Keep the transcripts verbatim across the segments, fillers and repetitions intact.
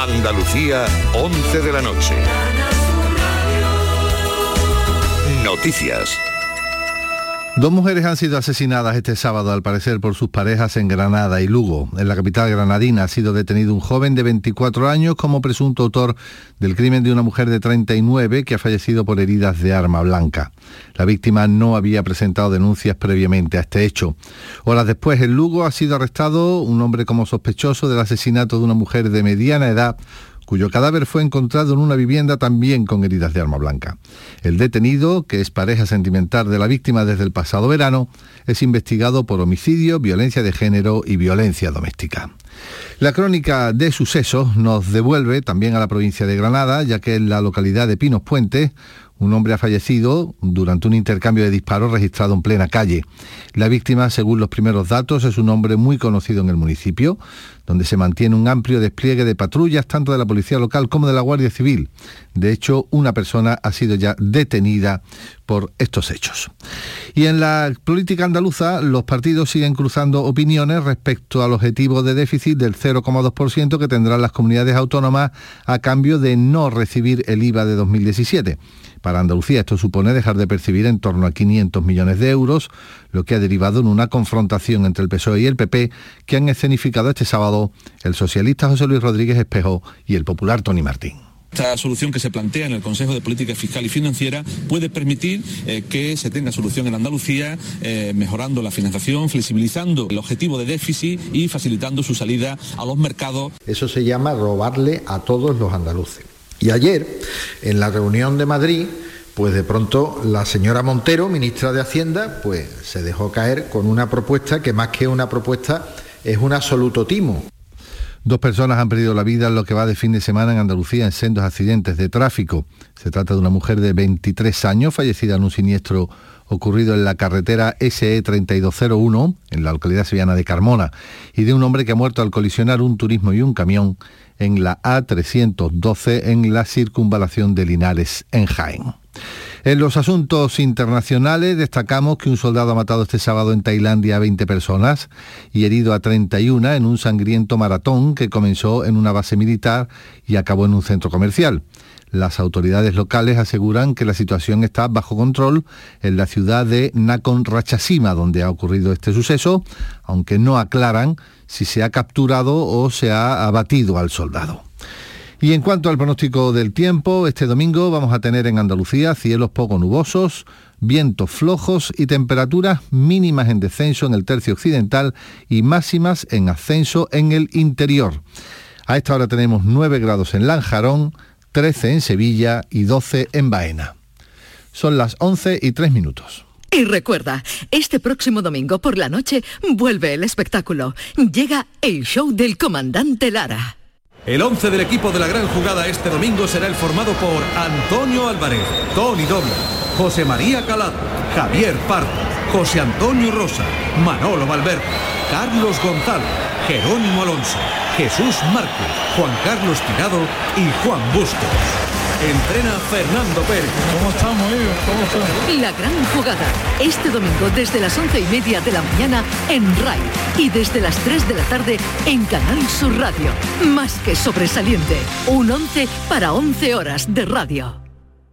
Andalucía, once de la noche. Noticias. Dos mujeres han sido asesinadas este sábado, al parecer, por sus parejas en Granada y Lugo. En la capital granadina ha sido detenido un joven de veinticuatro años como presunto autor del crimen de una mujer de treinta y nueve que ha fallecido por heridas de arma blanca. La víctima no había presentado denuncias previamente a este hecho. Horas después, en Lugo ha sido arrestado un hombre como sospechoso del asesinato de una mujer de mediana edad, cuyo cadáver fue encontrado en una vivienda también con heridas de arma blanca. El detenido, que es pareja sentimental de la víctima desde el pasado verano, es investigado por homicidio, violencia de género y violencia doméstica. La crónica de sucesos nos devuelve también a la provincia de Granada, ya que en la localidad de Pinos Puente, un hombre ha fallecido durante un intercambio de disparos registrado en plena calle. La víctima, según los primeros datos, es un hombre muy conocido en el municipio, donde se mantiene un amplio despliegue de patrullas, tanto de la policía local como de la Guardia Civil. De hecho, una persona ha sido ya detenida por estos hechos. Y en la política andaluza, los partidos siguen cruzando opiniones respecto al objetivo de déficit del cero coma dos por ciento que tendrán las comunidades autónomas a cambio de no recibir el I V A de dos mil diecisiete. Para Andalucía esto supone dejar de percibir en torno a quinientos millones de euros, lo que ha derivado en una confrontación entre el P S O E y el P P que han escenificado este sábado el socialista José Luis Rodríguez Espejo y el popular Tony Martín. Esta solución que se plantea en el Consejo de Política Fiscal y Financiera puede permitir eh, que se tenga solución en Andalucía, eh, mejorando la financiación, flexibilizando el objetivo de déficit y facilitando su salida a los mercados. Eso se llama robarle a todos los andaluces. Y ayer, en la reunión de Madrid, pues de pronto la señora Montero, ministra de Hacienda, pues se dejó caer con una propuesta que más que una propuesta es un absoluto timo. Dos personas han perdido la vida en lo que va de fin de semana en Andalucía en sendos accidentes de tráfico. Se trata de una mujer de veintitrés años, fallecida en un siniestro ocurrido en la carretera S E treinta y dos cero uno, en la localidad sevillana de Carmona, y de un hombre que ha muerto al colisionar un turismo y un camión en la A trescientos doce en la circunvalación de Linares, en Jaén. En los asuntos internacionales destacamos que un soldado ha matado este sábado en Tailandia a veinte personas y herido a treinta y una en un sangriento maratón que comenzó en una base militar y acabó en un centro comercial. Las autoridades locales aseguran que la situación está bajo control en la ciudad de Nakhon Ratchasima, donde ha ocurrido este suceso, aunque no aclaran si se ha capturado o se ha abatido al soldado. Y en cuanto al pronóstico del tiempo, este domingo vamos a tener en Andalucía cielos poco nubosos, vientos flojos y temperaturas mínimas en descenso en el tercio occidental y máximas en ascenso en el interior. A esta hora tenemos nueve grados en Lanjarón, trece en Sevilla y doce en Baena. Son las once y tres minutos. Y recuerda, este próximo domingo por la noche vuelve el espectáculo. Llega el show del comandante Lara. El once del equipo de la gran jugada este domingo será el formado por Antonio Álvarez, Tony Dobla, José María Calado, Javier Pardo, José Antonio Rosa, Manolo Valverde, Carlos González, Jerónimo Alonso, Jesús Márquez, Juan Carlos Tirado y Juan Bustos. Entrena Fernando Pérez. ¿Cómo estamos, Ivo? ¿Cómo estamos? La gran jugada, este domingo desde las once y media de la mañana en RAI y desde las tres de la tarde en Canal Sur Radio. Más que sobresaliente, un once para once horas de radio.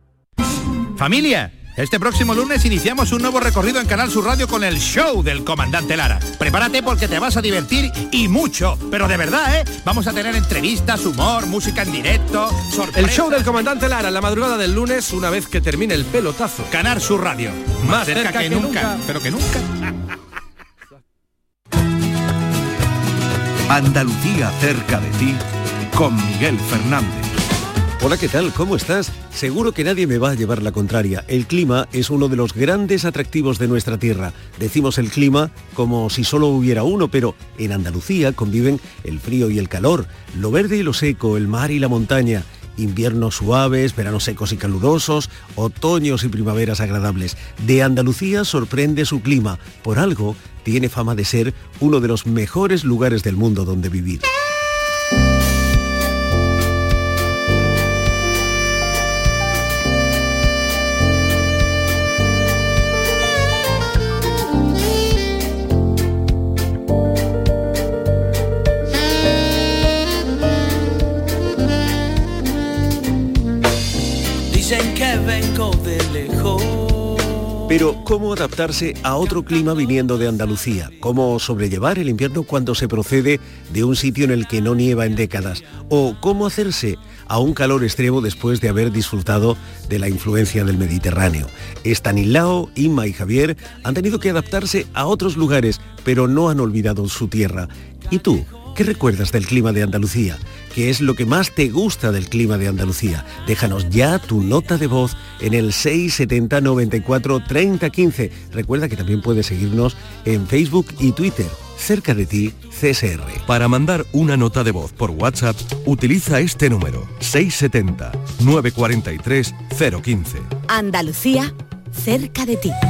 ¡Familia! Este próximo lunes iniciamos un nuevo recorrido en Canal Sur Radio con el show del comandante Lara. Prepárate porque te vas a divertir y mucho, pero de verdad, ¿eh? Vamos a tener entrevistas, humor, música en directo, sorpresas. El show del comandante Lara, en la madrugada del lunes, una vez que termine el pelotazo. Canal Sur Radio, más, más cerca, cerca que, que nunca, nunca, pero que nunca. Andalucía cerca de ti, con Miguel Fernández. Hola, ¿qué tal? ¿Cómo estás? Seguro que nadie me va a llevar la contraria. El clima es uno de los grandes atractivos de nuestra tierra. Decimos el clima como si solo hubiera uno, pero en Andalucía conviven el frío y el calor, lo verde y lo seco, el mar y la montaña, inviernos suaves, veranos secos y calurosos, otoños y primaveras agradables. De Andalucía sorprende su clima. Por algo, tiene fama de ser uno de los mejores lugares del mundo donde vivir. vengo de lejos. Pero, ¿cómo adaptarse a otro clima viniendo de Andalucía? ¿Cómo sobrellevar el invierno cuando se procede de un sitio en el que no nieva en décadas? ¿O cómo hacerse a un calor extremo después de haber disfrutado de la influencia del Mediterráneo? Estanislao, Inma y Javier han tenido que adaptarse a otros lugares, pero no han olvidado su tierra. ¿Y tú? ¿Qué recuerdas del clima de Andalucía? ¿Qué es lo que más te gusta del clima de Andalucía? Déjanos ya tu nota de voz en el seis setenta noventa y cuatro treinta quince. Recuerda que también puedes seguirnos en Facebook y Twitter. Cerca de ti, C S R. Para mandar una nota de voz por WhatsApp, utiliza este número, seis setenta novecientos cuarenta y tres cero quince. Andalucía, cerca de ti.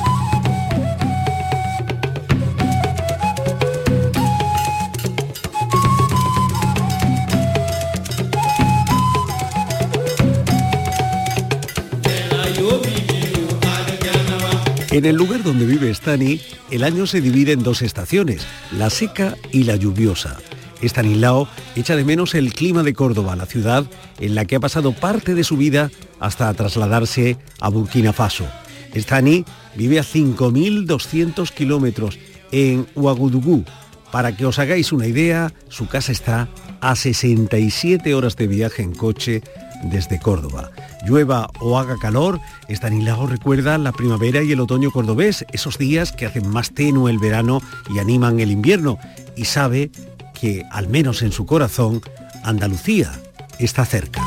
En el lugar donde vive Stani, el año se divide en dos estaciones, la seca y la lluviosa. Estanislao echa de menos el clima de Córdoba, la ciudad en la que ha pasado parte de su vida hasta trasladarse a Burkina Faso. Stani vive a cinco mil doscientos kilómetros en Ouagadougou. Para que os hagáis una idea, su casa está a sesenta y siete horas de viaje en coche desde Córdoba. Llueva o haga calor, Estanislao recuerda la primavera y el otoño cordobés, esos días que hacen más tenue el verano y animan el invierno, y sabe que, al menos en su corazón, Andalucía está cerca.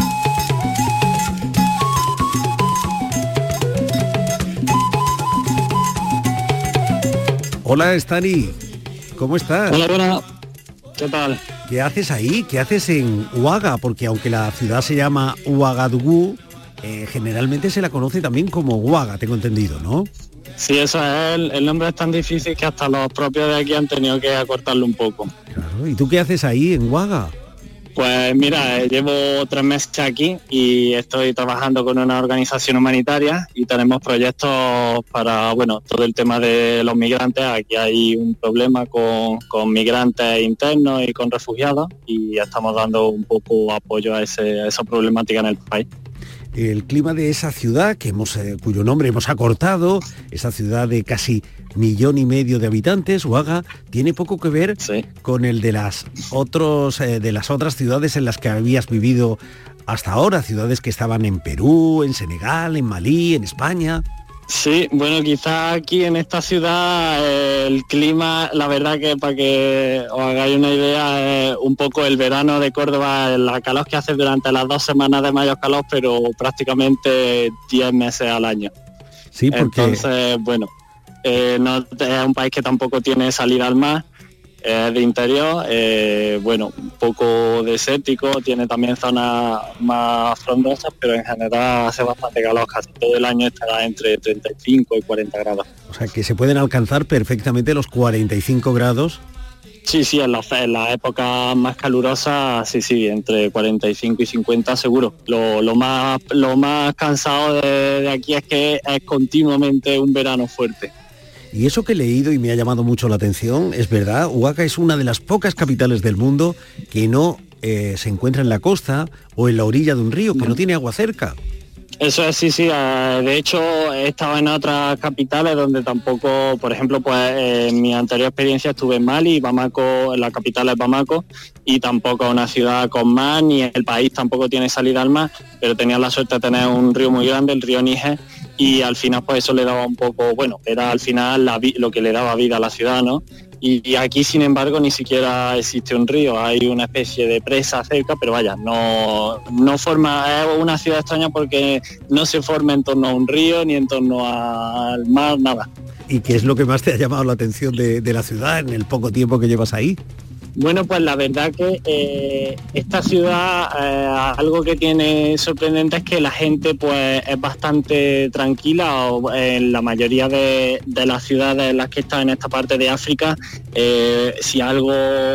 Hola, Estani, ¿cómo estás? Hola, buena. ¿Qué tal? ¿Qué haces ahí? ¿Qué haces en Ouaga? Porque aunque la ciudad se llama Ouagadougou, eh, generalmente se la conoce también como Ouaga, tengo entendido, ¿no? Sí, eso es, el, el nombre es tan difícil que hasta los propios de aquí han tenido que acortarlo un poco. Claro, ¿y tú qué haces ahí en Ouaga? Pues mira, llevo tres meses aquí y estoy trabajando con una organización humanitaria y tenemos proyectos para, bueno, todo el tema de los migrantes. Aquí hay un problema con, con migrantes internos y con refugiados y estamos dando un poco apoyo a, ese, a esa problemática en el país. El clima de esa ciudad, que hemos, eh, cuyo nombre hemos acortado, esa ciudad de casi millón y medio de habitantes, Ouaga, tiene poco que ver sí. con el de las, otros, eh, de las otras ciudades en las que habías vivido hasta ahora, ciudades que estaban en Perú, en Senegal, en Malí, en España. Sí, bueno, quizás aquí en esta ciudad eh, el clima, la verdad que para que os hagáis una idea, eh, un poco el verano de Córdoba, la calor que hace durante las dos semanas de mayor calor, pero prácticamente diez meses al año. Sí, porque... Entonces, bueno, eh, no, es un país que tampoco tiene salida al mar, es de interior, eh, bueno, un poco desértico, tiene también zonas más frondosas, pero en general hace bastante calor, casi todo el año estará entre treinta y cinco y cuarenta grados. O sea, que se pueden alcanzar perfectamente los cuarenta y cinco grados. Sí, sí, en las en la épocas más calurosas, sí, sí, entre cuarenta y cinco y cincuenta seguro. Lo, lo, más, lo más cansado de, de aquí es que es continuamente un verano fuerte. Y eso que he leído y me ha llamado mucho la atención, es verdad, Ouaga es una de las pocas capitales del mundo que no eh, se encuentra en la costa o en la orilla de un río, que no tiene agua cerca. Eso es, sí, sí. De hecho, he estado en otras capitales donde tampoco, por ejemplo, pues en mi anterior experiencia estuve en Mali, Bamako, la capital es Bamako, y tampoco una ciudad con mar, ni el país tampoco tiene salida al mar, pero tenía la suerte de tener un río muy grande, el río Níger, y al final pues eso le daba un poco, bueno, era al final la vi- lo que le daba vida a la ciudad, ¿no? Y, y aquí, sin embargo, ni siquiera existe un río, hay una especie de presa cerca, pero vaya, no, no forma, es una ciudad extraña porque no se forma en torno a un río, ni en torno al mar, nada. ¿Y qué es lo que más te ha llamado la atención de, de la ciudad en el poco tiempo que llevas ahí? Bueno, pues la verdad que eh, esta ciudad, eh, algo que tiene sorprendente es que la gente pues es bastante tranquila, o en la mayoría de, de las ciudades en las que está en esta parte de África, eh, si algo,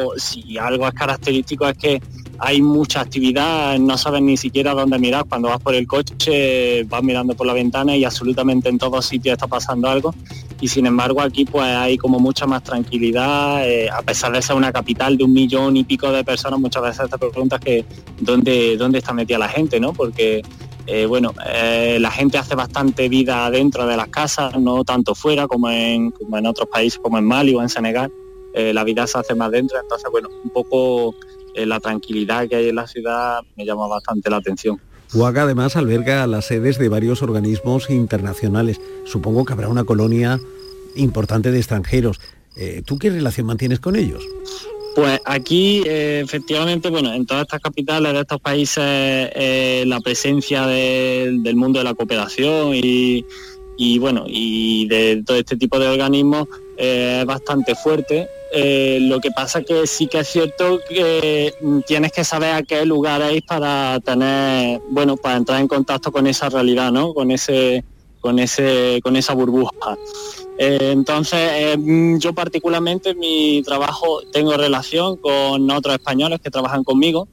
si algo es característico es que hay mucha actividad, no sabes ni siquiera dónde mirar, cuando vas por el coche vas mirando por la ventana y absolutamente en todos sitios está pasando algo, y sin embargo aquí pues hay como mucha más tranquilidad, eh, a pesar de ser una capital de un millón y pico de personas, muchas veces te preguntas que dónde, dónde está metida la gente, ¿no? Porque eh, bueno, eh, la gente hace bastante vida dentro de las casas, no tanto fuera como en, como en otros países como en Mali o en Senegal. Eh, la vida se hace más dentro, entonces bueno, un poco eh, la tranquilidad que hay en la ciudad me llama bastante la atención. Huaga además alberga las sedes de varios organismos internacionales. Supongo que habrá una colonia importante de extranjeros. Eh, ¿Tú qué relación mantienes con ellos? Pues aquí, eh, efectivamente, bueno, en todas estas capitales de estos países, eh, la presencia de, del mundo de la cooperación y, y bueno, y de todo este tipo de organismos eh, es bastante fuerte. Eh, lo que pasa que sí que es cierto que tienes que saber a qué lugar es para tener, bueno, para entrar en contacto con esa realidad, ¿no? Con ese, con ese, con esa burbuja. Eh, entonces, eh, yo particularmente en mi trabajo tengo relación con otros españoles que trabajan conmigo,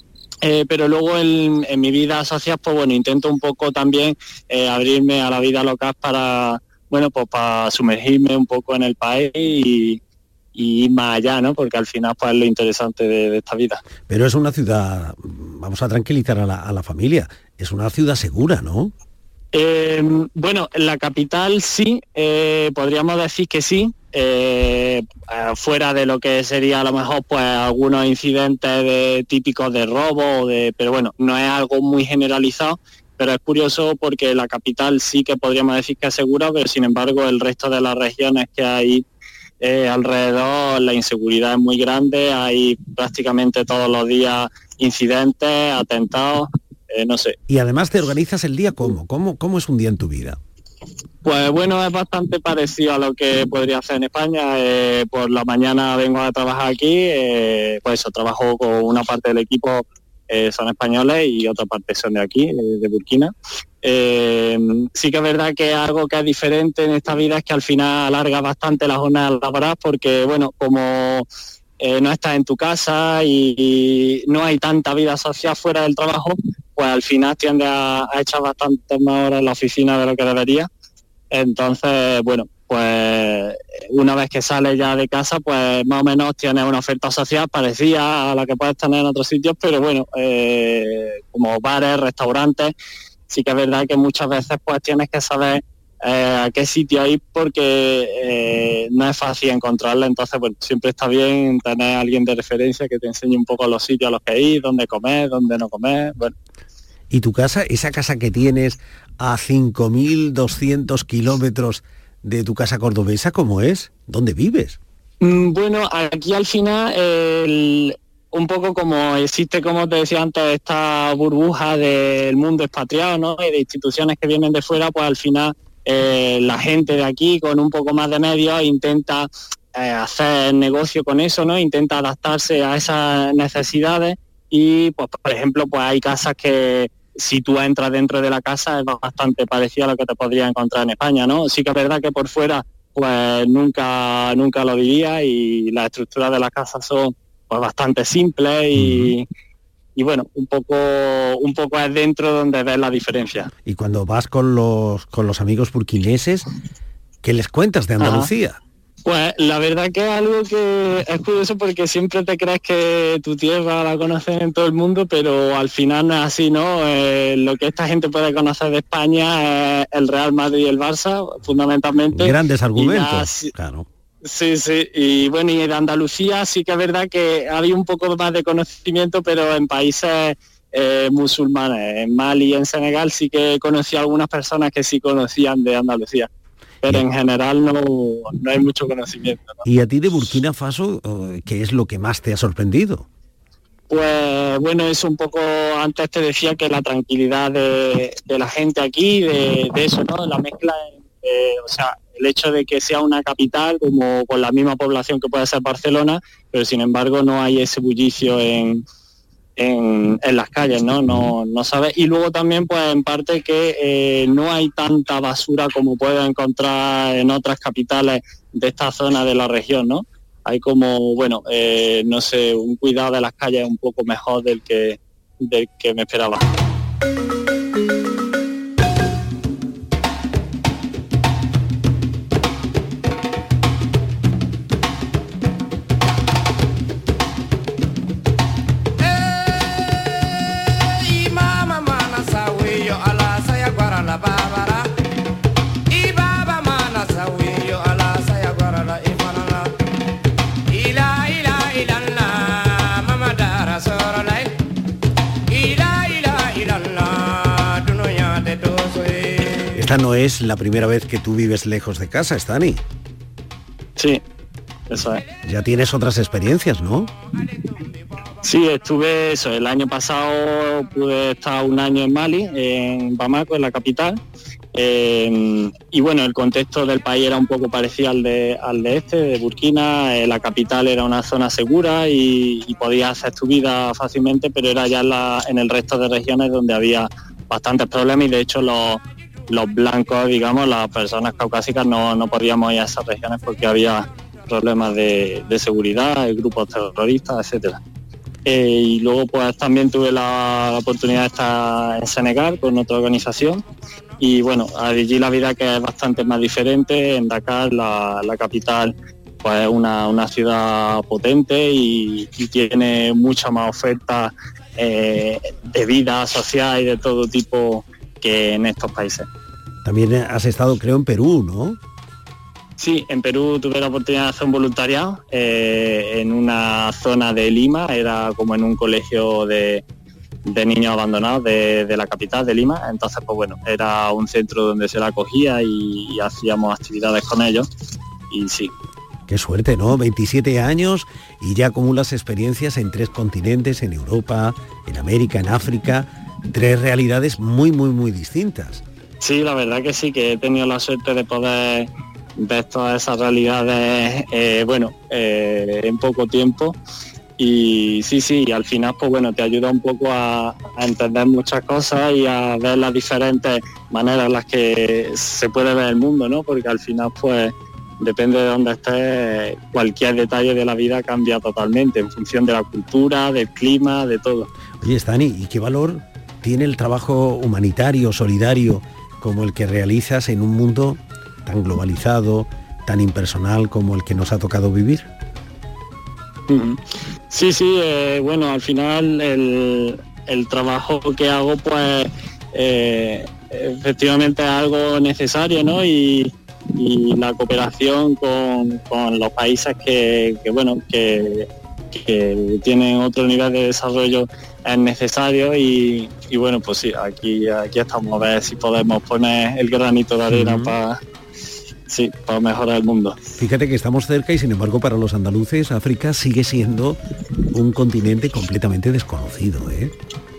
eh, pero luego en, en mi vida social, pues bueno, intento un poco también eh, abrirme a la vida local para, bueno, pues para sumergirme un poco en el país y, y ir más allá, ¿no? Porque al final, pues es lo interesante de, de esta vida. Pero es una ciudad, vamos a tranquilizar a la, a la familia, es una ciudad segura, ¿no? Eh, bueno, en la capital sí, eh, podríamos decir que sí, eh, fuera de lo que sería a lo mejor pues algunos incidentes de, típicos de robo, de, pero bueno, no es algo muy generalizado, pero es curioso porque la capital sí que podríamos decir que es segura, pero sin embargo el resto de las regiones que hay eh, alrededor, la inseguridad es muy grande, hay prácticamente todos los días incidentes, atentados. Eh, no sé. Y además te organizas el día ¿cómo? ¿Cómo, cómo es un día en tu vida? Pues bueno, es bastante parecido a lo que podría hacer en España. Eh, por la mañana vengo a trabajar aquí, eh, pues eso, trabajo con una parte del equipo, eh, son españoles y otra parte son de aquí, de, de Burkina. Eh, sí que es verdad que algo que es diferente en esta vida es que al final alarga bastante la jornada laboral porque, bueno, como... Eh, no estás en tu casa y, y no hay tanta vida social fuera del trabajo, pues al final tiendes a, a echar bastantes más horas en la oficina de lo que debería. Entonces, bueno, pues una vez que sales ya de casa, pues más o menos tienes una oferta social parecida a la que puedes tener en otros sitios, pero bueno, eh, como bares, restaurantes, sí que es verdad que muchas veces pues tienes que saber Eh, a qué sitio ir porque eh, no es fácil encontrarla, entonces bueno, siempre está bien tener a alguien de referencia que te enseñe un poco los sitios a los que ir, dónde comer, dónde no comer, bueno. ¿Y tu casa, esa casa que tienes a cinco mil doscientos kilómetros de tu casa cordobesa, cómo es? ¿Dónde vives? Mm, bueno, aquí al final el... un poco como existe, como te decía antes, esta burbuja del mundo expatriado, ¿no? Y de instituciones que vienen de fuera, pues al final eh, la gente de aquí con un poco más de medios intenta eh, hacer negocio con eso, ¿no? Intenta adaptarse a esas necesidades y, pues por ejemplo, pues hay casas que si tú entras dentro de la casa es bastante parecido a lo que te podrías encontrar en España, ¿no? Sí que es verdad que por fuera pues nunca, nunca lo diría y las estructuras de las casas son pues bastante simples y, y bueno, un poco un poco es dentro donde ves la diferencia. Y cuando vas con los con los amigos burkineses, ¿qué les cuentas de Andalucía? Ajá. Pues la verdad que es algo que es curioso porque siempre te crees que tu tierra la conocen en todo el mundo, pero al final no es así, ¿no? Eh, lo que esta gente puede conocer de España es el Real Madrid y el Barça, fundamentalmente. Grandes argumentos, ya, claro. Sí, sí, y bueno, y de Andalucía sí que es verdad que había un poco más de conocimiento, pero en países eh, musulmanes, en Mali y en Senegal sí que conocí a algunas personas que sí conocían de Andalucía, pero en general no, no hay mucho conocimiento, ¿no? ¿Y a ti de Burkina Faso, qué es lo que más te ha sorprendido? Pues bueno, es un poco, antes te decía que la tranquilidad de, de la gente aquí, de, de eso, ¿no? La mezcla, eh, o sea, el hecho de que sea una capital como con la misma población que puede ser Barcelona, pero sin embargo no hay ese bullicio en, en, en las calles, ¿no? No, no sabes. Y luego también, pues en parte que eh, no hay tanta basura como puedes encontrar en otras capitales de esta zona de la región, ¿no? Hay como, bueno, eh, no sé, un cuidado de las calles un poco mejor del que, del que me esperaba. Hey, mama, mana, sawi, yo, Esta no es la primera vez que tú vives lejos de casa, Stani. Sí, eso es. Ya tienes otras experiencias, ¿no? Sí, estuve eso, el año pasado pude estar un año en Mali, en Bamako, en la capital, eh, y bueno, el contexto del país era un poco parecido al de, al de este, de Burkina. Eh, la capital era una zona segura y, y podías hacer tu vida fácilmente, pero era ya en, la, en el resto de regiones donde había bastantes problemas y de hecho los, los blancos, digamos, las personas caucásicas no, no podíamos ir a esas regiones porque había problemas de, de seguridad, grupos terroristas, etcétera. Eh, y luego pues también tuve la, la oportunidad de estar en Senegal con otra organización y bueno, allí la vida que es bastante más diferente. En Dakar, la, la capital, pues es una, una ciudad potente y, y tiene mucha más oferta eh, de vida social y de todo tipo que en estos países. También has estado, creo, en Perú, ¿no? Sí, en Perú tuve la oportunidad de hacer un voluntariado eh, en una zona de Lima, era como en un colegio de, de niños abandonados de, de la capital de Lima, entonces pues bueno, era un centro donde se la acogía y, y hacíamos actividades con ellos y sí. Qué suerte, ¿no? veintisiete años y ya acumulas experiencias en tres continentes, en Europa, en América, en África, tres realidades muy, muy, muy distintas. Sí, la verdad que sí, que he tenido la suerte de poder ver todas esas realidades, eh, bueno, eh, en poco tiempo y sí, sí, y al final pues bueno, te ayuda un poco a, a entender muchas cosas y a ver las diferentes maneras en las que se puede ver el mundo, ¿no? Porque al final pues depende de dónde estés, cualquier detalle de la vida cambia totalmente en función de la cultura, del clima, de todo. Oye, Stani, ¿y qué valor tiene el trabajo humanitario, solidario, como el que realizas en un mundo tan globalizado, tan impersonal como el que nos ha tocado vivir? Sí, sí, eh, bueno, al final el, el trabajo que hago pues eh, efectivamente es algo necesario, ¿no? Y, y la cooperación con, con los países que, que bueno, que, que tienen otro nivel de desarrollo es necesario y, y bueno, pues sí, aquí, aquí estamos a ver si podemos poner el granito de arena uh-huh. para... Sí, para mejorar el mundo. Fíjate que estamos cerca y sin embargo para los andaluces África sigue siendo un continente completamente desconocido, ¿eh?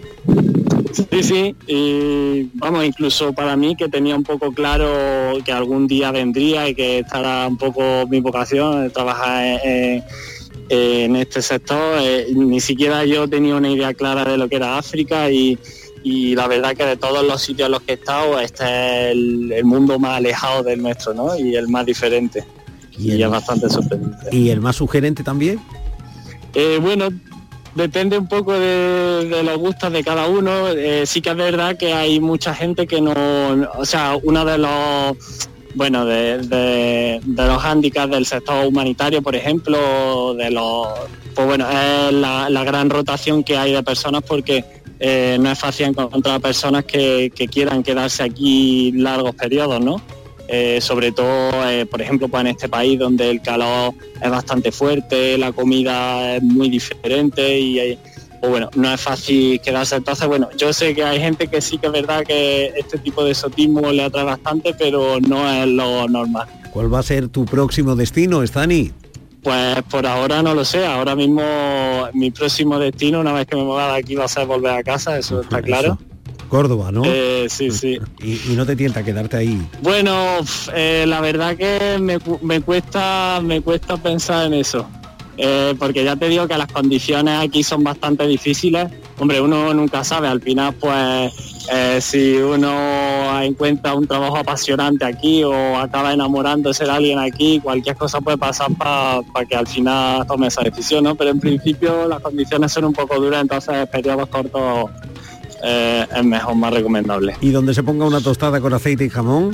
Sí, sí, y vamos, incluso para mí que tenía un poco claro que algún día vendría y que estará un poco mi vocación de trabajar en, en este sector, eh, ni siquiera yo tenía una idea clara de lo que era África y y la verdad que de todos los sitios en los que he estado, este es el, el mundo más alejado del nuestro, ¿no? Y el más diferente. Y, y es bastante sorprendente. ¿Y el más sugerente también? Eh, bueno, depende un poco de, de los gustos de cada uno. Eh, sí que es verdad que hay mucha gente que no... O sea, uno de los... Bueno, de, de, de los hándicaps del sector humanitario, por ejemplo, de los... Pues bueno, es la, la gran rotación que hay de personas porque... Eh, no es fácil encontrar personas que, que quieran quedarse aquí largos periodos, ¿no? Eh, sobre todo, eh, por ejemplo, pues en este país donde el calor es bastante fuerte, la comida es muy diferente y eh, pues bueno, no es fácil quedarse. Entonces, bueno, yo sé que hay gente que sí que es verdad que este tipo de exotismo le atrae bastante, pero no es lo normal. ¿Cuál va a ser tu próximo destino, Stani? Pues por ahora no lo sé, ahora mismo mi próximo destino, una vez que me mueva de aquí, va a ser volver a casa, eso está claro. Eso. Córdoba, ¿no? Eh, sí, sí. ¿Y, y no te tienta quedarte ahí? Bueno, eh, la verdad que me, me cuesta me cuesta pensar en eso, eh, porque ya te digo que las condiciones aquí son bastante difíciles. Hombre, uno nunca sabe, al final pues eh, si uno encuentra un trabajo apasionante aquí o acaba enamorándose de alguien aquí, cualquier cosa puede pasar para pa que al final tome esa decisión, ¿no? Pero en principio las condiciones son un poco duras, entonces periodos cortos eh, es mejor, más recomendable. ¿Y donde se ponga una tostada con aceite y jamón?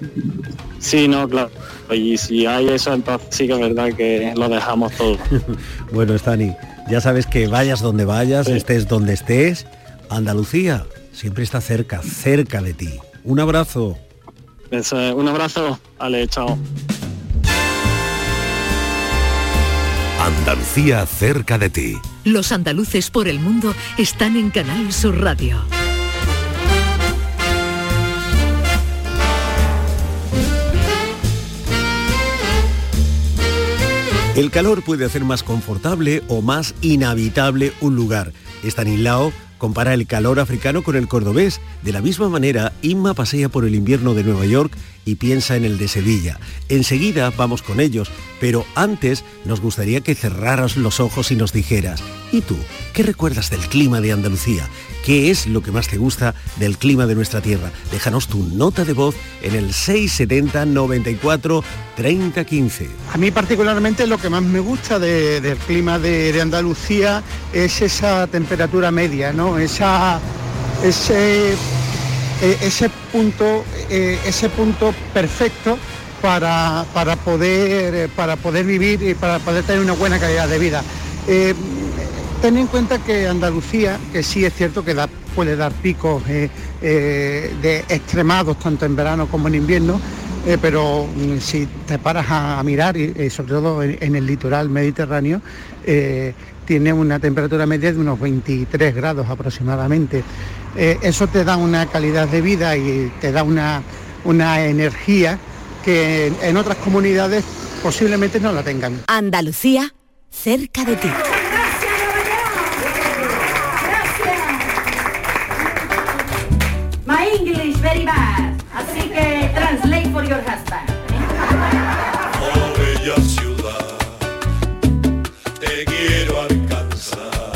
Sí, no, claro. Y si hay eso, entonces sí que es verdad que lo dejamos todo. Bueno, Stani, ya sabes que vayas donde vayas, sí. Estés donde estés, Andalucía siempre está cerca, cerca de ti. Un abrazo. Eso es, un abrazo. Vale, chao. Andalucía cerca de ti. Los andaluces por el mundo están en Canal Sur Radio. El calor puede hacer más confortable o más inhabitable un lugar. Estanislao compara el calor africano con el cordobés. De la misma manera, Inma pasea por el invierno de Nueva York y piensa en el de Sevilla. Enseguida vamos con ellos, pero antes nos gustaría que cerraras los ojos y nos dijeras, ¿y tú, qué recuerdas del clima de Andalucía? ¿Qué es lo que más te gusta del clima de nuestra tierra? Déjanos tu nota de voz en el seis setenta, noventa y cuatro, treinta, quince. A mí particularmente lo que más me gusta de, del clima de, de Andalucía es esa temperatura media, ¿no? Esa, ese, ese, punto, ese punto perfecto para, para, poder, para poder vivir y para poder tener una buena calidad de vida. Eh, Ten en cuenta que Andalucía, que sí es cierto que da, puede dar picos eh, eh, de extremados tanto en verano como en invierno, eh, pero mm, si te paras a, a mirar, y eh, sobre todo en, en el litoral mediterráneo, eh, tiene una temperatura media de unos veintitrés grados aproximadamente. Eh, eso te da una calidad de vida y te da una, una energía que en, en otras comunidades posiblemente no la tengan. Andalucía, cerca de ti. My English very bad, así que translate for your husband. Oh, bella ciudad, te quiero alcanzar,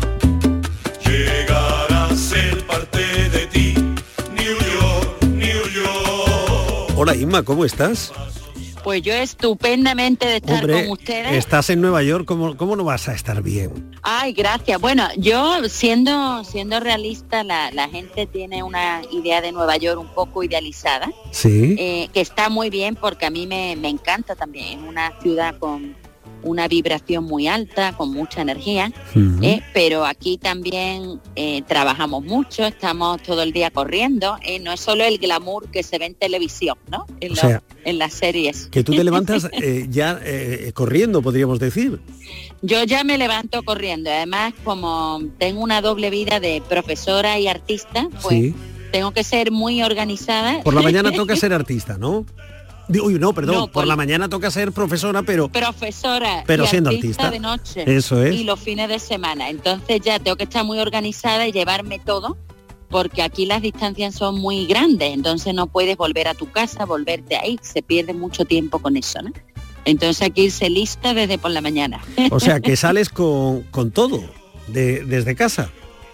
llegar a ser parte de ti, New York, New York. Hola Inma, ¿cómo estás? Pues yo estupendamente de estar Hombre, con ustedes. Estás en Nueva York, ¿cómo, cómo no vas a estar bien? Ay, gracias. Bueno, yo siendo siendo realista, la, la gente tiene una idea de Nueva York un poco idealizada. Sí. Eh, que está muy bien porque a mí me, me encanta también. Es una ciudad con una vibración muy alta, con mucha energía, uh-huh. eh, pero aquí también eh, trabajamos mucho, estamos todo el día corriendo, eh, no es solo el glamour que se ve en televisión, ¿no? En, o sea, lo, en las series. Que tú te levantas eh, ya eh, corriendo, podríamos decir. Yo ya me levanto corriendo, además como tengo una doble vida de profesora y artista, pues sí. Tengo que ser muy organizada. Por la mañana toca ser artista, ¿no? Uy, no, perdón, no, por, por la mañana toca ser profesora, pero... Profesora pero y siendo artista, artista de noche. Eso es. Y los fines de semana. Entonces ya tengo que estar muy organizada y llevarme todo, porque aquí las distancias son muy grandes, entonces no puedes volver a tu casa, volverte ahí, se pierde mucho tiempo con eso, ¿no? Entonces hay que irse lista desde por la mañana. O sea, que sales con, con todo, de, desde casa.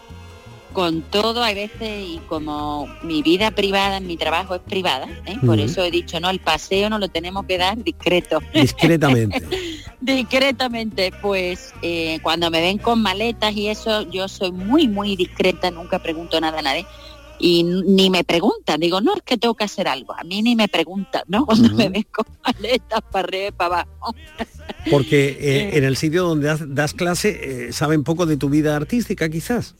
Con todo, hay veces, y como mi vida privada, mi trabajo es privada, ¿eh? Por uh-huh. eso he dicho, no, el paseo no lo tenemos que dar discreto. Discretamente. Discretamente, pues eh, cuando me ven con maletas y eso, yo soy muy, muy discreta, nunca pregunto nada a nadie. Y ni me preguntan, digo, no, es que tengo que hacer algo. A mí ni me preguntan, ¿no? Cuando uh-huh. me ven con maletas para arriba y para abajo. Porque eh, en el sitio donde das, das clase, eh, saben poco de tu vida artística, quizás.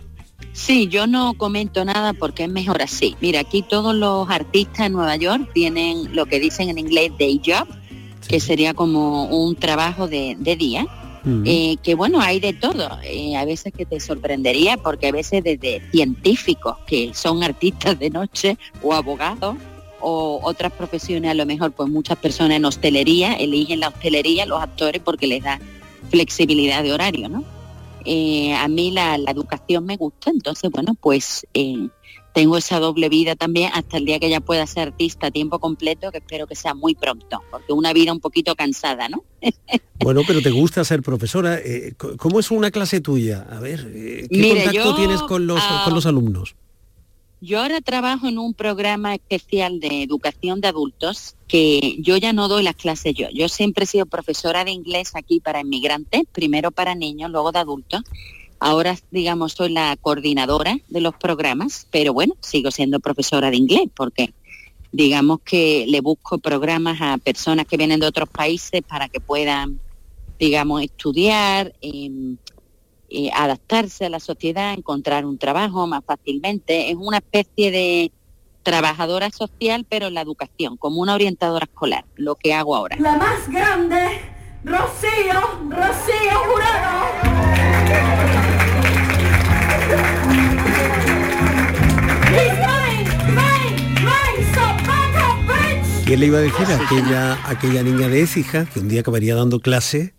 Sí, yo no comento nada porque es mejor así. Mira, aquí todos los artistas en Nueva York tienen lo que dicen en inglés day job, sí. que sería como un trabajo de, de día, uh-huh. eh, que bueno, hay de todo. Eh, a veces que te sorprendería porque a veces desde científicos que son artistas de noche o abogados o otras profesiones, a lo mejor pues muchas personas en hostelería eligen la hostelería, los actores, porque les da flexibilidad de horario, ¿no? Eh, a mí la, la educación me gusta, entonces bueno, pues eh, tengo esa doble vida también hasta el día que ya pueda ser artista a tiempo completo, que espero que sea muy pronto, porque una vida un poquito cansada, ¿no? Bueno, pero te gusta ser profesora. Eh, ¿Cómo es una clase tuya? A ver, eh, ¿qué Mire, contacto yo, tienes con los, uh, con los alumnos? Yo ahora trabajo en un programa especial de educación de adultos, que yo ya no doy las clases yo. Yo siempre he sido profesora de inglés aquí para inmigrantes, primero para niños, luego de adultos. Ahora, digamos, soy la coordinadora de los programas, pero bueno, sigo siendo profesora de inglés porque, digamos que le busco programas a personas que vienen de otros países para que puedan, digamos, estudiar, eh, Eh, adaptarse a la sociedad, encontrar un trabajo más fácilmente. Es una especie de trabajadora social, pero en la educación, como una orientadora escolar, lo que hago ahora. La más grande, Rocío, Rocío Jurado. ¿Qué le iba a decir a aquella, aquella niña de Écija que un día acabaría dando clase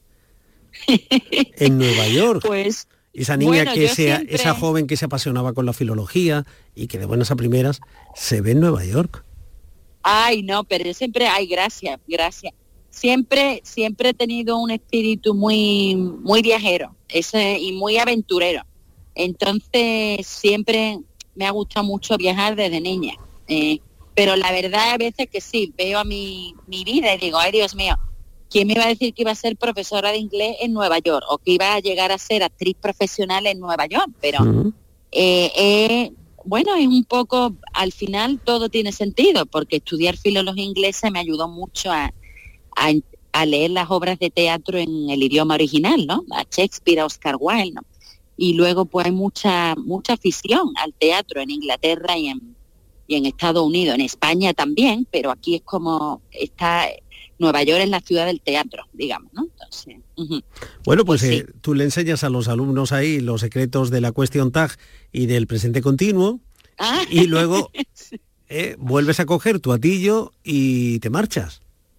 en Nueva York? Pues esa niña bueno, que yo sea, siempre... esa joven que se apasionaba con la filología y que de buenas a primeras se ve en Nueva York. Ay, no, pero yo siempre, ay, gracias, gracias. Siempre, siempre he tenido un espíritu muy, muy viajero, ese, y muy aventurero. Entonces, siempre me ha gustado mucho viajar desde niña. Eh, pero la verdad a veces que sí, veo a mi, mi vida y digo, ay, Dios mío, ¿quién me iba a decir que iba a ser profesora de inglés en Nueva York? O que iba a llegar a ser actriz profesional en Nueva York. Pero, uh-huh. eh, eh, bueno, es un poco, al final todo tiene sentido, porque estudiar filología inglesa me ayudó mucho a, a, a leer las obras de teatro en el idioma original, ¿no? A Shakespeare, a Oscar Wilde, ¿no? Y luego pues hay mucha, mucha afición al teatro en Inglaterra y en, y en Estados Unidos, en España también, pero aquí es como está... Nueva York es la ciudad del teatro, digamos, ¿no? Entonces, uh-huh. Bueno, pues, pues sí. eh, tú le enseñas a los alumnos ahí los secretos de la question tag y del presente continuo, ah. y luego eh, vuelves a coger tu atillo y te marchas.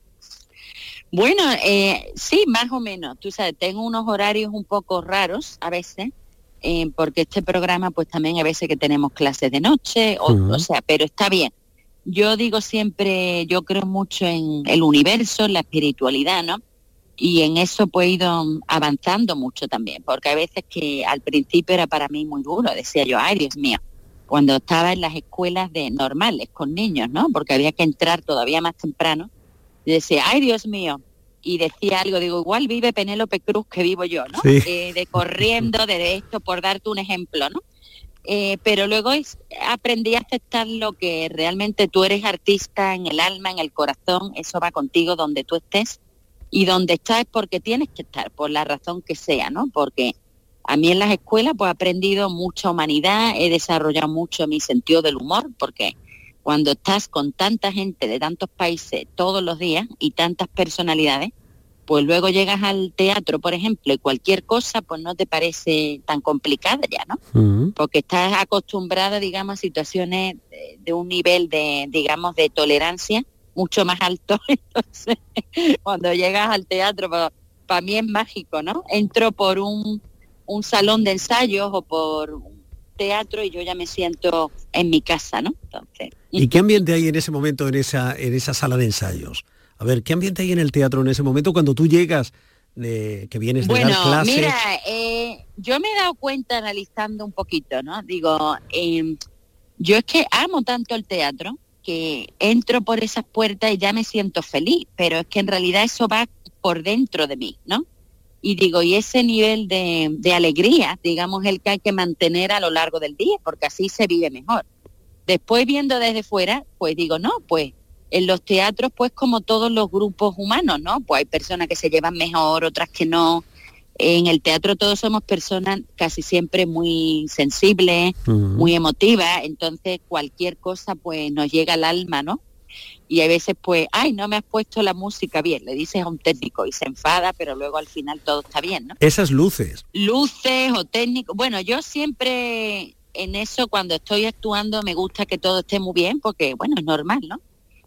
Bueno, eh, sí, más o menos. Tú sabes, tengo unos horarios un poco raros a veces, eh, porque este programa, pues también a veces que tenemos clases de noche, o, uh-huh. o sea, pero está bien. Yo digo siempre, yo creo mucho en el universo, en la espiritualidad, ¿no? Y en eso pues he ido avanzando mucho también, porque hay veces que al principio era para mí muy duro, decía yo, ay, Dios mío, cuando estaba en las escuelas de normales con niños, ¿no? Porque había que entrar todavía más temprano, y decía, ay, Dios mío, y decía algo, digo, igual vive Penélope Cruz que vivo yo, ¿no? Sí. Eh, de corriendo, de esto, por darte un ejemplo, ¿no? Eh, pero luego es, aprendí a aceptar lo que realmente tú eres artista en el alma, en el corazón, eso va contigo donde tú estés, y donde estás es porque tienes que estar, por la razón que sea, ¿no? Porque a mí en las escuelas pues he aprendido mucha humanidad, he desarrollado mucho mi sentido del humor, porque cuando estás con tanta gente de tantos países todos los días y tantas personalidades, pues luego llegas al teatro, por ejemplo, y cualquier cosa pues no te parece tan complicada ya, ¿no? Uh-huh. Porque estás acostumbrada, digamos, a situaciones de, de un nivel de, digamos, de tolerancia mucho más alto. Entonces, cuando llegas al teatro, para pa mí es mágico, ¿no? Entro por un, un salón de ensayos o por un teatro y yo ya me siento en mi casa, ¿no? Entonces, ¿y qué ambiente hay en ese momento en esa, en esa sala de ensayos? A ver, ¿qué ambiente hay en el teatro en ese momento cuando tú llegas, de, que vienes de bueno, dar clases? Bueno, mira, eh, yo me he dado cuenta analizando un poquito, ¿no? Digo, eh, yo es que amo tanto el teatro que entro por esas puertas y ya me siento feliz, pero es que en realidad eso va por dentro de mí, ¿no? Y digo, y ese nivel de, de alegría, digamos, el que hay que mantener a lo largo del día, porque así se vive mejor. Después viendo desde fuera, pues digo, no, pues en los teatros, pues como todos los grupos humanos, ¿no? Pues hay personas que se llevan mejor, otras que no. En el teatro todos somos personas casi siempre muy sensibles, uh-huh. muy emotivas, entonces cualquier cosa pues nos llega al alma, ¿no? Y a veces pues, ay, no me has puesto la música bien, le dices a un técnico y se enfada, pero luego al final todo está bien, ¿no? Esas luces. Luces o técnicos, bueno, yo siempre en eso cuando estoy actuando me gusta que todo esté muy bien, porque bueno, es normal, ¿no?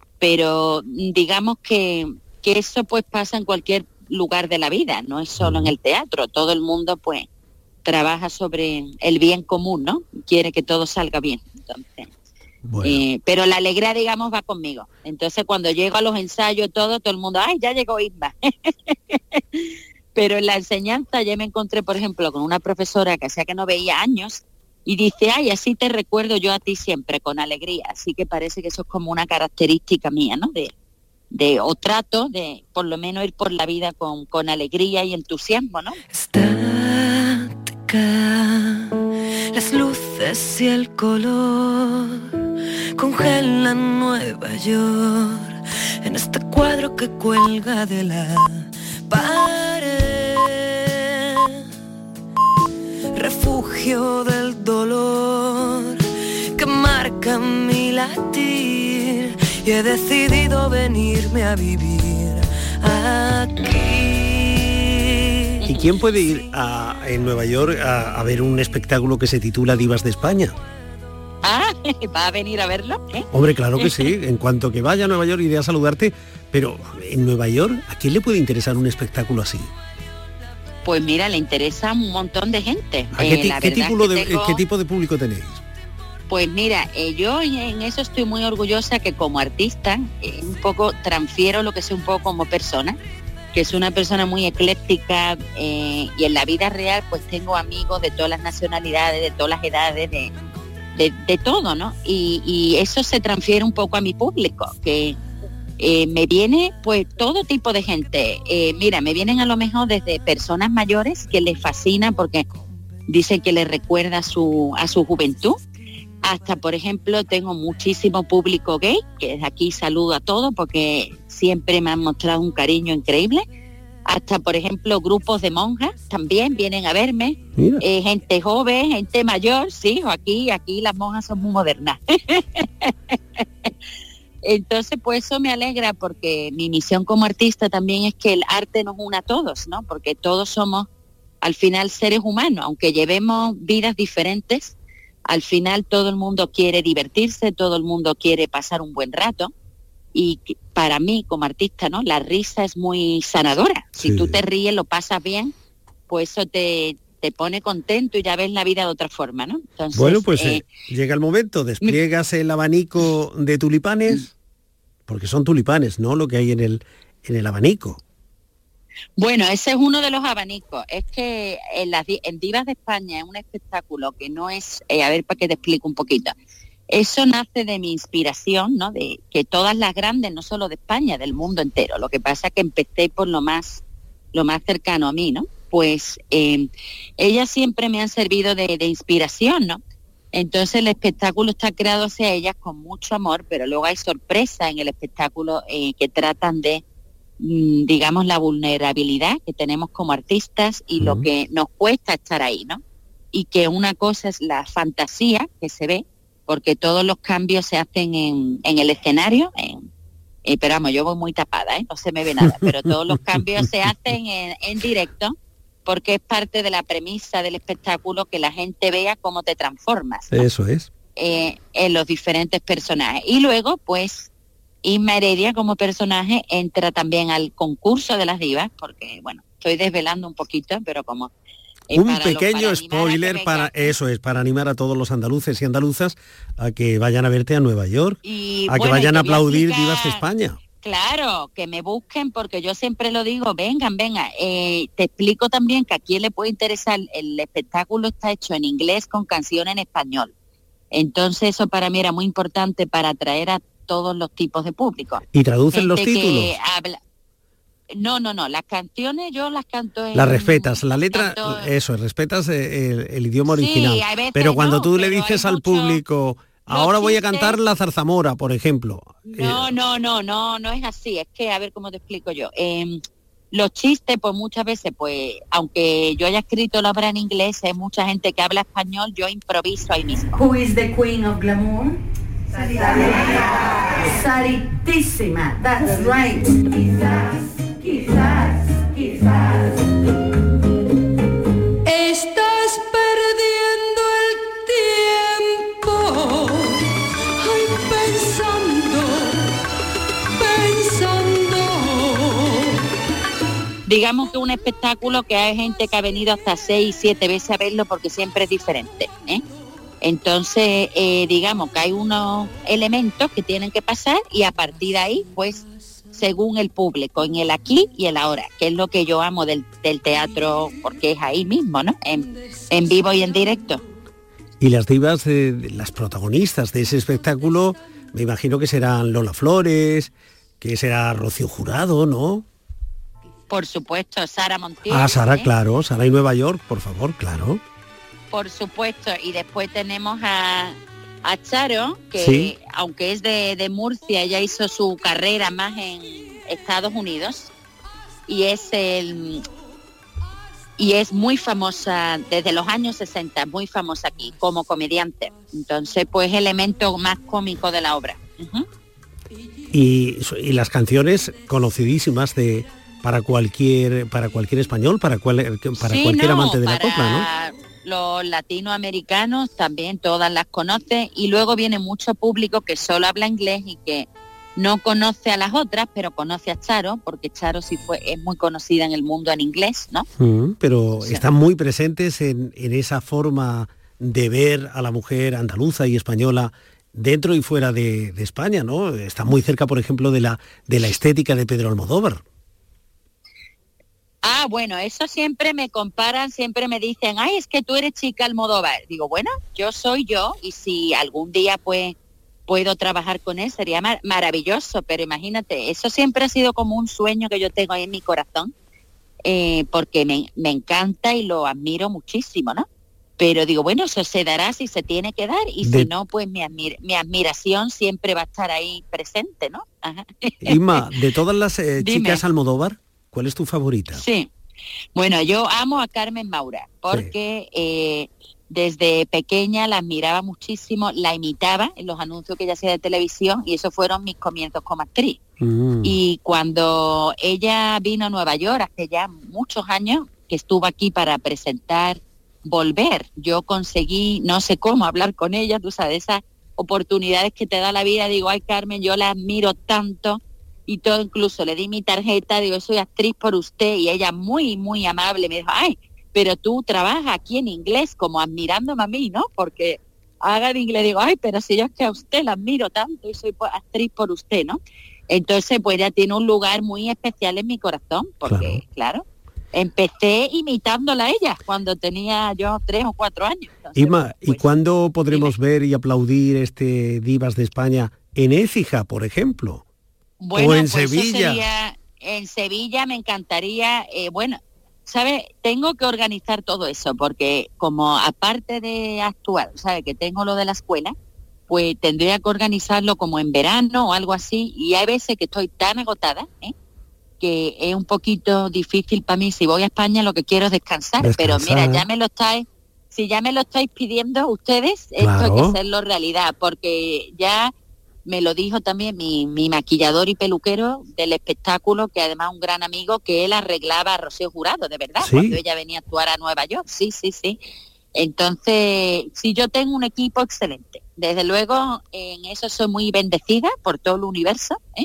Pero digamos que, que eso pues pasa en cualquier lugar de la vida, no es solo en el teatro, todo el mundo pues trabaja sobre el bien común, ¿no? Quiere que todo salga bien, entonces. Bueno. Eh, pero la alegría, digamos, va conmigo. Entonces cuando llego a los ensayos todo, todo el mundo, ¡ay, ya llegó Isma! Pero en la enseñanza ya me encontré, por ejemplo, con una profesora que hacía que no veía años, y dice, ay, así te recuerdo yo a ti siempre, con alegría. Así que parece que eso es como una característica mía, ¿no? De, de o trato de, por lo menos, ir por la vida con, con alegría y entusiasmo, ¿no? Estática, las luces y el color congelan Nueva York en este cuadro que cuelga de la pared. Refugio del dolor que marca mi latir y he decidido venirme a vivir aquí. ¿Y quién puede ir a, en Nueva York a, a ver un espectáculo que se titula Divas de España? Ah, ¿va a venir a verlo? ¿Eh? Hombre, claro que sí. En cuanto que vaya a Nueva York iré a saludarte. Pero en Nueva York, ¿a quién le puede interesar un espectáculo así? Pues mira, le interesa a un montón de gente. ¿A qué, Eh, ti- la qué verdad tipo es que de, tengo- ¿Qué tipo de público tenéis? Pues mira, eh, yo en eso estoy muy orgullosa que como artista eh, un poco transfiero lo que soy un poco como persona, que es una persona muy ecléctica eh, y en la vida real pues tengo amigos de todas las nacionalidades, de todas las edades, de, de, de todo, ¿no? Y, y eso se transfiere un poco a mi público, que eh, me viene pues todo tipo de gente. Eh, mira, me vienen a lo mejor desde personas mayores que les fascina porque dicen que les recuerda a su, a su juventud, hasta por ejemplo tengo muchísimo público gay, que desde aquí saludo a todos porque siempre me han mostrado un cariño increíble, hasta por ejemplo grupos de monjas también vienen a verme, eh, gente joven, gente mayor, sí, aquí, aquí las monjas son muy modernas. Entonces, pues eso me alegra porque mi misión como artista también es que el arte nos una a todos, ¿no? Porque todos somos al final seres humanos, aunque llevemos vidas diferentes, al final todo el mundo quiere divertirse, todo el mundo quiere pasar un buen rato y que- para mí como artista, ¿no? La risa es muy sanadora. Si Sí. tú te ríes, lo pasas bien, pues eso te, te pone contento y ya ves la vida de otra forma, ¿no? Entonces, Bueno, pues eh, eh, llega el momento, despliegas el abanico de tulipanes, porque son tulipanes, ¿no? Lo que hay en el, en el abanico. Bueno, ese es uno de los abanicos. Es que en, las, di- en Divas de España es un espectáculo que no es, eh, a ver para que te explico un poquito. Eso nace de mi inspiración, ¿no? De que todas las grandes, no solo de España, del mundo entero. Lo que pasa es que empecé por lo más, lo más cercano a mí, ¿no? Pues eh, ellas siempre me han servido de, de inspiración, ¿no? Entonces el espectáculo está creado hacia ellas con mucho amor, pero luego hay sorpresas en el espectáculo eh, que tratan de mm, digamos, la vulnerabilidad que tenemos como artistas y lo que nos cuesta estar ahí, ¿no? Y que una cosa es la fantasía que se ve, porque todos los cambios se hacen en, en el escenario, en, eh, pero vamos, yo voy muy tapada, ¿eh? No se me ve nada, pero todos los cambios se hacen en, en directo, porque es parte de la premisa del espectáculo que la gente vea cómo te transformas, ¿no? Eso es. eh, en los diferentes personajes. Y luego, pues, Isma Heredia como personaje entra también al concurso de las divas, porque, bueno, estoy desvelando un poquito, pero como... eh, Un para lo- pequeño para spoiler para eso es, para animar a todos los andaluces y andaluzas a que vayan a verte a Nueva York, Y, a que bueno, vayan y a quería aplaudir explicar- Divas de España. Claro, que me busquen, porque yo siempre lo digo, vengan, vengan. Eh, te explico también que a quién le puede interesar, el espectáculo está hecho en inglés con canciones en español. Entonces eso para mí era muy importante para atraer a todos los tipos de público. ¿Y traducen los Gente que títulos? habla- No, no, no, las canciones yo las canto en... Las respetas, la las letra, canto- eso, respetas eh, el, el idioma Sí, original. hay veces pero cuando no, tú le pero dices hay al mucho- público, ahora voy a chistes- cantar la zarzamora, por ejemplo. No, no, no, no, no es así. Es que, a ver cómo te explico yo. Eh, los chistes, pues muchas veces, pues, aunque yo haya escrito la obra en inglés, hay mucha gente que habla español, yo improviso ahí mismo. Who is the queen of glamour? Saritísima. That's right. Quizás, quizás, quizás. Estás perdiendo el tiempo, ay, pensando, pensando. Digamos que un espectáculo que hay gente que ha venido hasta seis, siete veces a verlo porque siempre es diferente, ¿eh? Entonces, eh, digamos que hay unos elementos que tienen que pasar y a partir de ahí, pues, según el público, en el aquí y el ahora, que es lo que yo amo del, del teatro, porque es ahí mismo, ¿no? En, en vivo y en directo. Y las divas, eh, las protagonistas de ese espectáculo, me imagino que serán Lola Flores, que será Rocío Jurado, ¿no? Por supuesto, Sara Montiel. Ah, Sara, ¿eh? claro, Sara y Nueva York, por favor, claro. Por supuesto, y después tenemos a, a Charo, que Sí. aunque es de, de Murcia, ella hizo su carrera más en Estados Unidos y es el y es muy famosa desde los años sesenta, muy famosa aquí como comediante. Entonces, pues elemento más cómico de la obra. Ujú. Y, y las canciones conocidísimas de para cualquier para cualquier español, para cual, para Sí, cualquier no, amante de la para copla, ¿no? los latinoamericanos también todas las conocen, y luego viene mucho público que solo habla inglés y que no conoce a las otras, pero conoce a Charo, porque Charo sí fue, es muy conocida en el mundo en inglés, ¿no? Mm, pero sí. Están muy presentes en, en esa forma de ver a la mujer andaluza y española dentro y fuera de, de España, ¿no? Está muy cerca, por ejemplo, de la, de la estética de Pedro Almodóvar. Ah, bueno, eso siempre me comparan, siempre me dicen, ay, es que tú eres chica Almodóvar. Digo, bueno, yo soy yo, y si algún día, pues, puedo trabajar con él, sería mar- maravilloso, pero imagínate, eso siempre ha sido como un sueño que yo tengo ahí en mi corazón, eh, porque me, me encanta y lo admiro muchísimo, ¿no? Pero digo, bueno, eso se dará si se tiene que dar, y de... si no, pues mi, admir- mi admiración siempre va a estar ahí presente, ¿no? Ajá. Inma, de todas las eh, chicas Almodóvar, ¿cuál es tu favorita? Sí, bueno, yo amo a Carmen Maura, porque... Sí. Eh, desde pequeña la admiraba muchísimo, la imitaba en los anuncios que ella hacía de televisión, y esos fueron mis comienzos como actriz. Mm. Y cuando ella vino a Nueva York, hace ya muchos años, que estuvo aquí para presentar Volver, yo conseguí, no sé cómo, hablar con ella, tú sabes, esas oportunidades que te da la vida. Digo, ay, Carmen, yo la admiro tanto, y todo, incluso le di mi tarjeta, digo, soy actriz por usted, y ella muy, muy amable me dijo, ay, pero tú trabajas aquí en inglés, como admirándome a mí, ¿no? Porque haga en inglés, digo, ay, pero si yo es que a usted la admiro tanto y soy actriz por usted, ¿no? Entonces, pues ella tiene un lugar muy especial en mi corazón, porque, claro, claro empecé imitándola a ella cuando tenía yo tres o cuatro años. Entonces, Inma, pues, ¿y cuándo podremos dime. ver y aplaudir este Divas de España en Écija, por ejemplo? Bueno, o en pues Sevilla. Eso sería, en Sevilla me encantaría, eh, bueno, ¿sabes? Tengo que organizar todo eso, porque como aparte de actuar, ¿sabes? Que tengo lo de la escuela, pues tendría que organizarlo como en verano o algo así, y hay veces que estoy tan agotada, ¿eh? que es un poquito difícil para mí. Si voy a España lo que quiero es descansar, descansar. Pero mira, ya me lo estáis, si ya me lo estáis pidiendo ustedes, claro. Esto hay que hacerlo realidad, porque ya... Me lo dijo también mi, mi maquillador y peluquero del espectáculo, que además un gran amigo, que él arreglaba a Rocío Jurado, de verdad, ¿sí? Cuando ella venía a actuar a Nueva York. Sí, sí, sí. Entonces, sí, yo tengo un equipo excelente. Desde luego, en eso soy muy bendecida por todo el universo, ¿eh?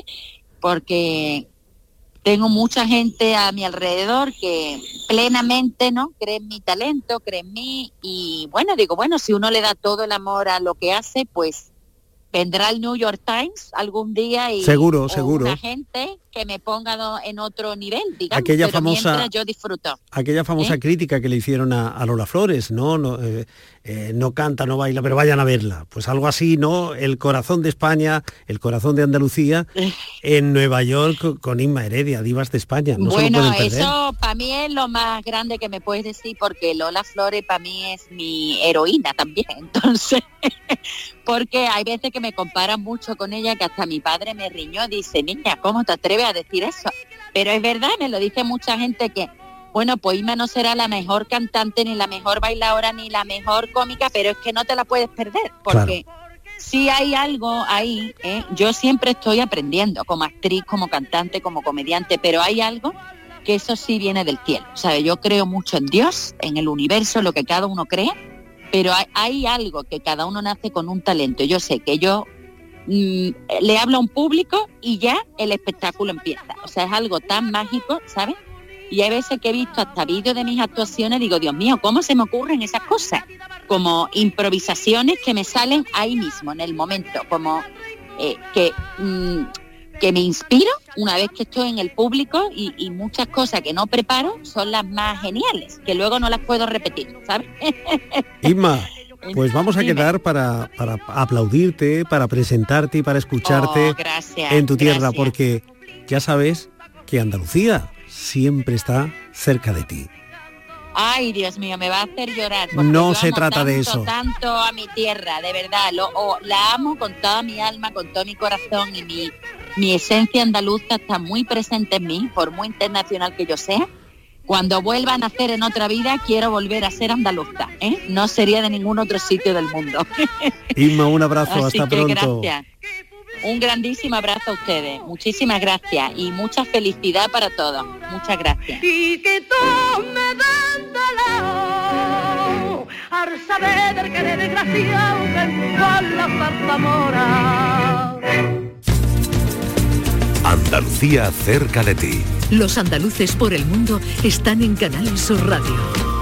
Porque tengo mucha gente a mi alrededor que plenamente, ¿no?, cree en mi talento, cree en mí. Y bueno, digo, bueno, si uno le da todo el amor a lo que hace, pues vendrá el New York Times algún día y seguro, seguro. Una gente que me ponga do, en otro nivel, digamos, aquella pero famosa, mientras yo disfruto. Aquella famosa ¿Eh? crítica que le hicieron a, a Lola Flores, ¿no? No, eh, eh, no canta, no baila, pero vayan a verla. Pues algo así, ¿no? El corazón de España, el corazón de Andalucía, en Nueva York con Inma Heredia, Divas de España. No bueno, se lo pueden perder. Eso para mí es lo más grande que me puedes decir, porque Lola Flores para mí es mi heroína también. Entonces, porque hay veces que me comparan mucho con ella, que hasta mi padre me riñó, dice, niña, ¿cómo te atreves a decir eso? Pero es verdad, me lo dice mucha gente, que bueno, pues Inma no será la mejor cantante, ni la mejor bailadora, ni la mejor cómica, pero es que no te la puedes perder, porque claro. Si hay algo ahí, ¿eh? Yo siempre estoy aprendiendo, como actriz, como cantante, como comediante, pero hay algo que eso sí viene del cielo, ¿sabes? Yo creo mucho en Dios, en el universo, lo que cada uno cree, pero hay, hay algo que cada uno nace con un talento. Yo sé que yo mm, le hablo a un público y ya el espectáculo empieza. O sea, es algo tan mágico, ¿sabes? Y hay veces que he visto hasta vídeos de mis actuaciones, digo, Dios mío, ¿cómo se me ocurren esas cosas? Como improvisaciones que me salen ahí mismo, en el momento, como eh, que, mm, que me inspiro una vez que estoy en el público, y, y muchas cosas que no preparo son las más geniales, que luego no las puedo repetir, ¿sabes? Inma, pues vamos a quedar para, para aplaudirte, para presentarte y para escucharte oh, gracias, en tu tierra, gracias. Porque ya sabes que Andalucía siempre está cerca de ti. Ay, Dios mío, me va a hacer llorar. No se trata tanto, de eso. Tanto a mi tierra, de verdad. Lo, oh, la amo con toda mi alma, con todo mi corazón, y mi, mi esencia andaluza está muy presente en mí, por muy internacional que yo sea. Cuando vuelva a nacer en otra vida, quiero volver a ser andaluza, ¿eh? No sería de ningún otro sitio del mundo. Inma, un abrazo, Así hasta que pronto. Gracias. Un grandísimo abrazo a ustedes. Muchísimas gracias y mucha felicidad para todos. Muchas gracias. Y que todos me dan de lado al saber que de desgraciado que con la zarzamora. Andalucía cerca de ti. Los andaluces por el mundo están en Canal Sur Radio.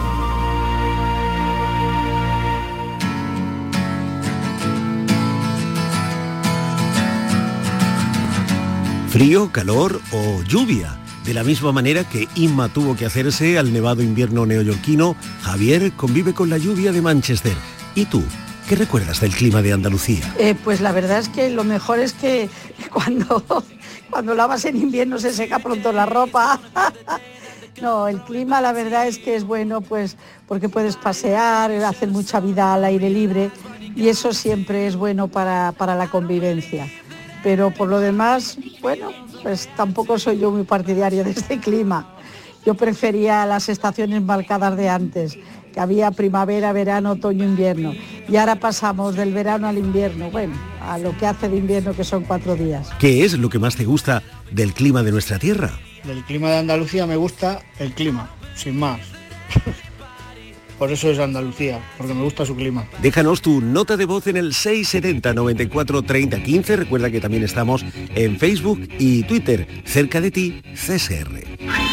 Frío, calor o lluvia. De la misma manera que Inma tuvo que hacerse al nevado invierno neoyorquino, Javier convive con la lluvia de Manchester. ¿Y tú? ¿Qué recuerdas del clima de Andalucía? Eh, pues la verdad es que lo mejor es que cuando, cuando lavas en invierno se seca pronto la ropa. No, el clima la verdad es que es bueno pues porque puedes pasear, hacer mucha vida al aire libre y eso siempre es bueno para, para la convivencia. Pero por lo demás, bueno, pues tampoco soy yo muy partidario de este clima. Yo prefería las estaciones marcadas de antes, que había primavera, verano, otoño, invierno. Y ahora pasamos del verano al invierno, bueno, a lo que hace de invierno, que son cuatro días. ¿Qué es lo que más te gusta del clima de nuestra tierra? Del clima de Andalucía me gusta el clima, sin más. Por eso es Andalucía, porque me gusta su clima. Déjanos tu nota de voz en el seis setenta, noventa y cuatro, treinta, quince. Recuerda que también estamos en Facebook y Twitter. Cerca de ti, C S R.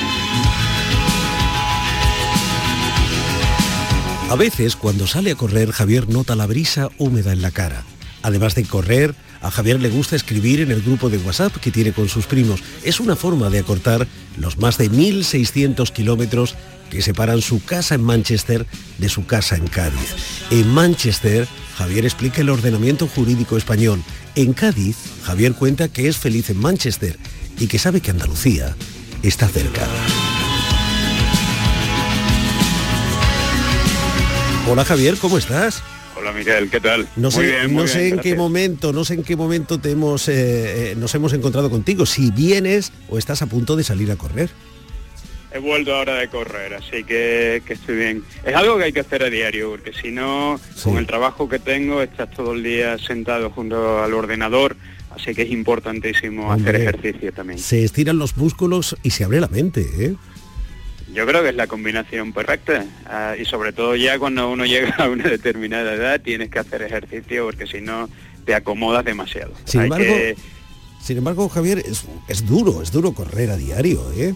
A veces, cuando sale a correr, Javier nota la brisa húmeda en la cara. Además de correr, a Javier le gusta escribir en el grupo de WhatsApp que tiene con sus primos. Es una forma de acortar los más de mil seiscientos kilómetros que separan su casa en Manchester de su casa en Cádiz. En Manchester, Javier explica el ordenamiento jurídico español. En Cádiz, Javier cuenta que es feliz en Manchester y que sabe que Andalucía está cerca. Hola Javier, ¿cómo estás? Hola Miguel, ¿qué tal? No sé, muy bien, muy no sé bien, en gracias. qué momento, no sé en qué momento te hemos, eh, eh, nos hemos encontrado contigo. Si vienes o estás a punto de salir a correr. He vuelto ahora de correr, así que, que estoy bien. Es algo que hay que hacer a diario, porque si no, sí. Con el trabajo que tengo, estás todo el día sentado junto al ordenador, así que es importantísimo Hombre, hacer ejercicio también. Se estiran los músculos y se abre la mente, ¿eh? Yo creo que es la combinación perfecta, uh, y sobre todo ya cuando uno llega a una determinada edad tienes que hacer ejercicio, porque si no te acomodas demasiado. Sin hay embargo, que... sin embargo, Javier, es, es duro, es duro correr a diario, ¿eh?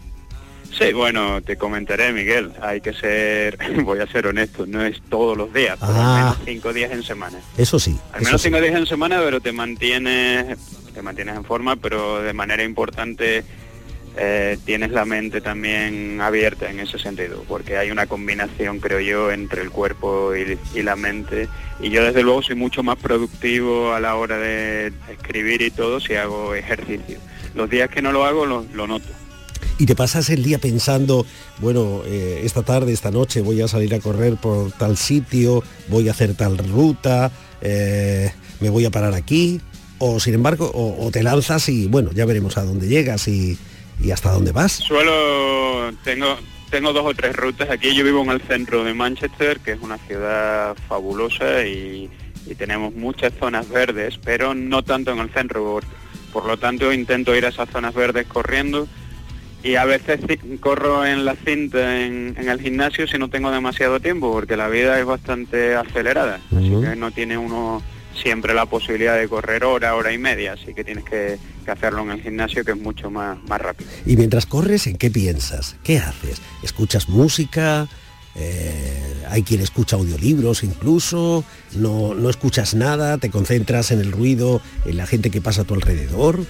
Sí, bueno, te comentaré, Miguel, hay que ser, voy a ser honesto, no es todos los días, por ah, al menos cinco días en semana. Eso sí. Al menos cinco sí. días en semana, pero te mantienes, te mantienes en forma, pero de manera importante eh, tienes la mente también abierta en ese sentido, porque hay una combinación, creo yo, entre el cuerpo y, y la mente, y yo desde luego soy mucho más productivo a la hora de escribir y todo si hago ejercicio. Los días que no lo hago lo, lo noto. Y te pasas el día pensando, bueno, eh, esta tarde, esta noche voy a salir a correr por tal sitio, voy a hacer tal ruta, eh, me voy a parar aquí, o sin embargo, o, o te lanzas y bueno, ya veremos a dónde llegas y, y hasta dónde vas. Suelo, tengo, tengo dos o tres rutas aquí. Yo vivo en el centro de Manchester, que es una ciudad fabulosa y, y tenemos muchas zonas verdes, pero no tanto en el centro, por, por lo tanto intento ir a esas zonas verdes corriendo. Y a veces corro en la cinta en, en el gimnasio si no tengo demasiado tiempo, porque la vida es bastante acelerada, uh-huh. así que no tiene uno siempre la posibilidad de correr hora, hora y media, así que tienes que, que hacerlo en el gimnasio, que es mucho más, más rápido. Y mientras corres, ¿en qué piensas? ¿Qué haces? ¿Escuchas música? Eh, hay quien escucha audiolibros incluso, no, no escuchas nada, te concentras en el ruido, en la gente que pasa a tu alrededor.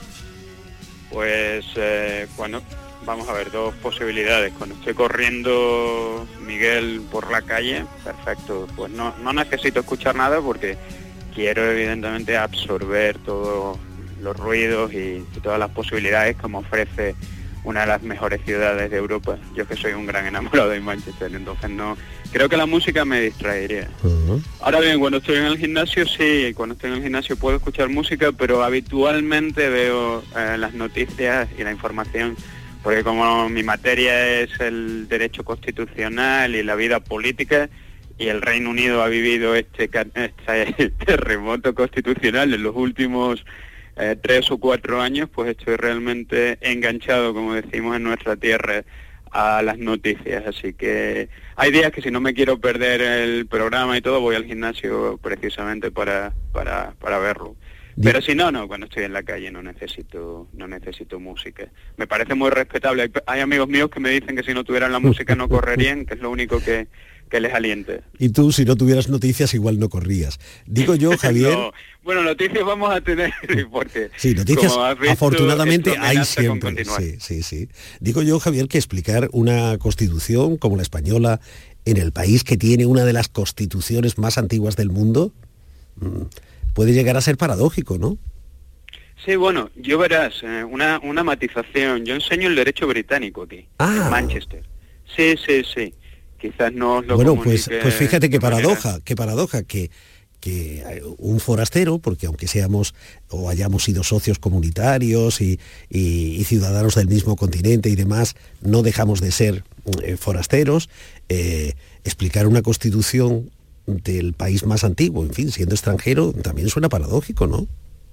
Pues eh, cuando, vamos a ver, dos posibilidades. Cuando estoy corriendo, Miguel, por la calle, perfecto, pues no, no necesito escuchar nada porque quiero evidentemente absorber todos los ruidos y, y todas las posibilidades que me ofrece una de las mejores ciudades de Europa. Yo que soy un gran enamorado de Manchester, entonces no creo que la música me distraería. Uh-huh. Ahora bien, cuando estoy en el gimnasio, sí, cuando estoy en el gimnasio puedo escuchar música, pero habitualmente veo eh, las noticias y la información, porque como mi materia es el derecho constitucional y la vida política, y el Reino Unido ha vivido este, este terremoto constitucional en los últimos Eh, tres o cuatro años, pues estoy realmente enganchado, como decimos en nuestra tierra, a las noticias, así que hay días que si no me quiero perder el programa y todo, voy al gimnasio precisamente para, para, para verlo. Pero si no, no, cuando estoy en la calle no necesito no necesito música. Me parece muy respetable. Hay, hay amigos míos que me dicen que si no tuvieran la música no correrían, que es lo único que, que les aliente. Y tú, si no tuvieras noticias, igual no corrías. Digo yo, Javier... no. Bueno, noticias vamos a tener, porque... Sí, noticias, como has visto, afortunadamente hay siempre. con Sí, sí, sí. Digo yo, Javier, que explicar una constitución como la española en el país que tiene una de las constituciones más antiguas del mundo puede llegar a ser paradójico, ¿no? Sí, bueno, yo verás, eh, una, una matización. Yo enseño el derecho británico aquí, ah. en Manchester. Sí, sí, sí. Quizás no os lo Bueno, pues, comunique pues fíjate qué de manera- paradoja, qué paradoja que, que un forastero, porque aunque seamos o hayamos sido socios comunitarios y, y- y ciudadanos del mismo continente y demás, no dejamos de ser eh, forasteros, eh, explicar una constitución del país más antiguo, en fin, siendo extranjero, también suena paradójico, ¿no?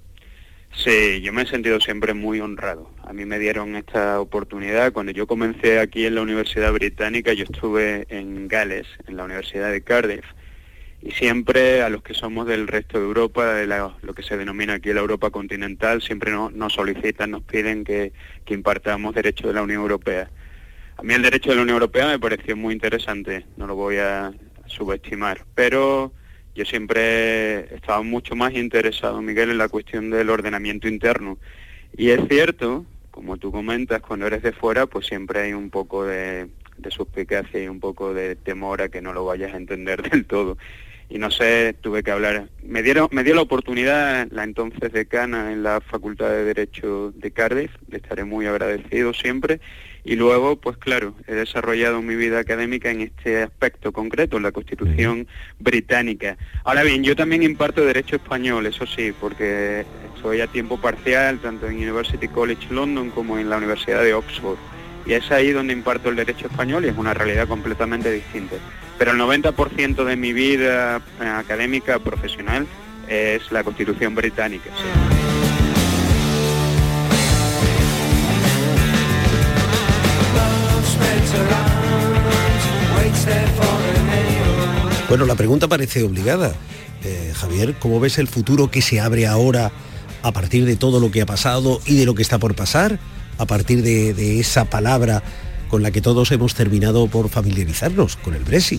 Sí, yo me he sentido siempre muy honrado. A mí me dieron esta oportunidad. Cuando yo comencé aquí en la Universidad Británica, yo estuve en Gales, en la Universidad de Cardiff, y siempre a los que somos del resto de Europa, de la- lo que se denomina aquí la Europa continental, siempre no- nos solicitan, nos piden que, que impartamos derecho de la Unión Europea. A mí el derecho de la Unión Europea me pareció muy interesante, no lo voy a subestimar, pero yo siempre he estado mucho más interesado, Miguel, en la cuestión del ordenamiento interno. Y es cierto, como tú comentas, cuando eres de fuera, pues siempre hay un poco de, de suspicacia y un poco de temor a que no lo vayas a entender del todo. Y no sé, tuve que hablar. Me dieron, me dio la oportunidad la entonces decana en la Facultad de Derecho de Cardiff, le estaré muy agradecido siempre. Y luego, pues claro, he desarrollado mi vida académica en este aspecto concreto, en la Constitución británica. Ahora bien, yo también imparto Derecho Español, eso sí, porque estoy a tiempo parcial, tanto en University College London como en la Universidad de Oxford. Y es ahí donde imparto el Derecho Español y es una realidad completamente distinta. Pero el noventa por ciento de mi vida eh, académica, profesional, es la Constitución británica, sí. Bueno, la pregunta parece obligada. Eh, Javier, ¿cómo ves el futuro que se abre ahora a partir de todo lo que ha pasado y de lo que está por pasar? A partir de, de esa palabra con la que todos hemos terminado por familiarizarnos, con el Brexit.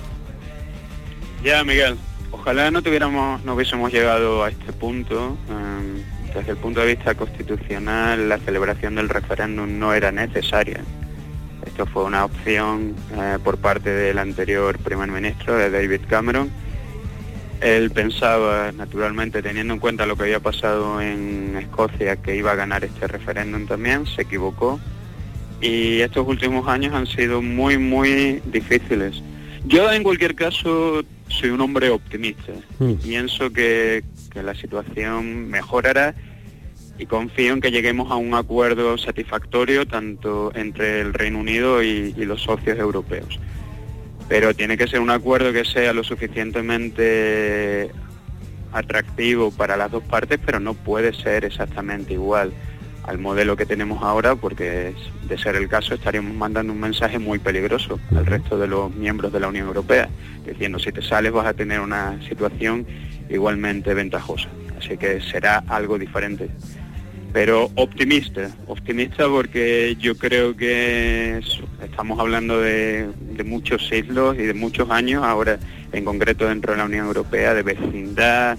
Ya, Miguel, ojalá no tuviéramos, no hubiésemos llegado a este punto. Um, desde el punto de vista constitucional, la celebración del referéndum no era necesaria. Esto fue una opción eh, por parte del anterior primer ministro, de David Cameron. Él pensaba, naturalmente, teniendo en cuenta lo que había pasado en Escocia, que iba a ganar este referéndum también, se equivocó. Y estos últimos años han sido muy, muy difíciles. Yo, en cualquier caso, soy un hombre optimista. Mm. Pienso que, que la situación mejorará y confío en que lleguemos a un acuerdo satisfactorio tanto entre el Reino Unido y, y los socios europeos. Pero tiene que ser un acuerdo que sea lo suficientemente atractivo para las dos partes, pero no puede ser exactamente igual al modelo que tenemos ahora, porque de ser el caso estaríamos mandando un mensaje muy peligroso al resto de los miembros de la Unión Europea, diciendo si te sales vas a tener una situación igualmente ventajosa. Así que será algo diferente. Pero optimista, optimista porque yo creo que es- estamos hablando de, de muchos siglos y de muchos años, ahora en concreto dentro de la Unión Europea, de vecindad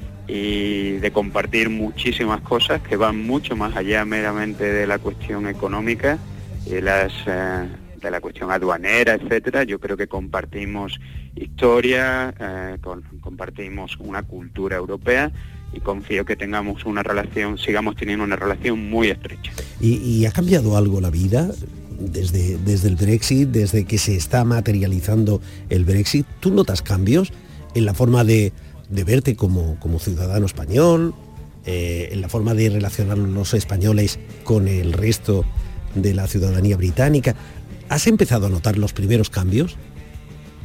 y de compartir muchísimas cosas que van mucho más allá meramente de la cuestión económica y de, las, eh, de la cuestión aduanera, etcétera. Yo creo que compartimos historia, eh, con- compartimos una cultura europea y confío que tengamos una relación, sigamos teniendo una relación muy estrecha. ¿Y, y ha cambiado algo la vida desde, desde el Brexit, desde que se está materializando el Brexit? ¿Tú notas cambios en la forma de, de verte como, como ciudadano español, eh, en la forma de relacionar los españoles con el resto de la ciudadanía británica? ¿Has empezado a notar los primeros cambios?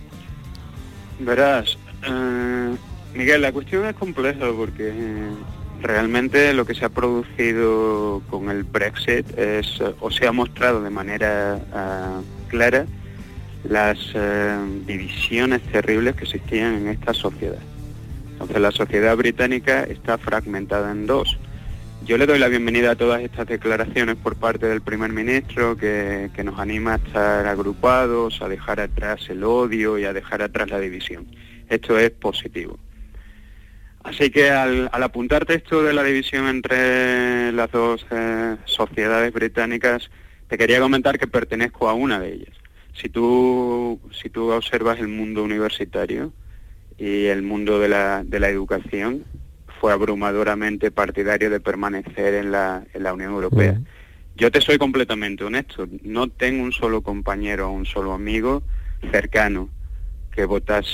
Verás, eh, Miguel, la cuestión es compleja porque eh, realmente lo que se ha producido con el Brexit es, o se ha mostrado de manera uh, clara, las uh, divisiones terribles que existían en esta sociedad. Entonces la sociedad británica está fragmentada en dos. Yo le doy la bienvenida a todas estas declaraciones por parte del primer ministro que, que nos anima a estar agrupados, a dejar atrás el odio y a dejar atrás la división. Esto es positivo. Así que al, al apuntarte esto de la división entre las dos eh, sociedades británicas, te quería comentar que pertenezco a una de ellas. Si tú, si tú observas el mundo universitario y el mundo de la, de la educación, fue abrumadoramente partidario de permanecer en la, en la Unión Europea. Uh-huh. Yo te soy completamente honesto, no tengo un solo compañero o un solo amigo cercano que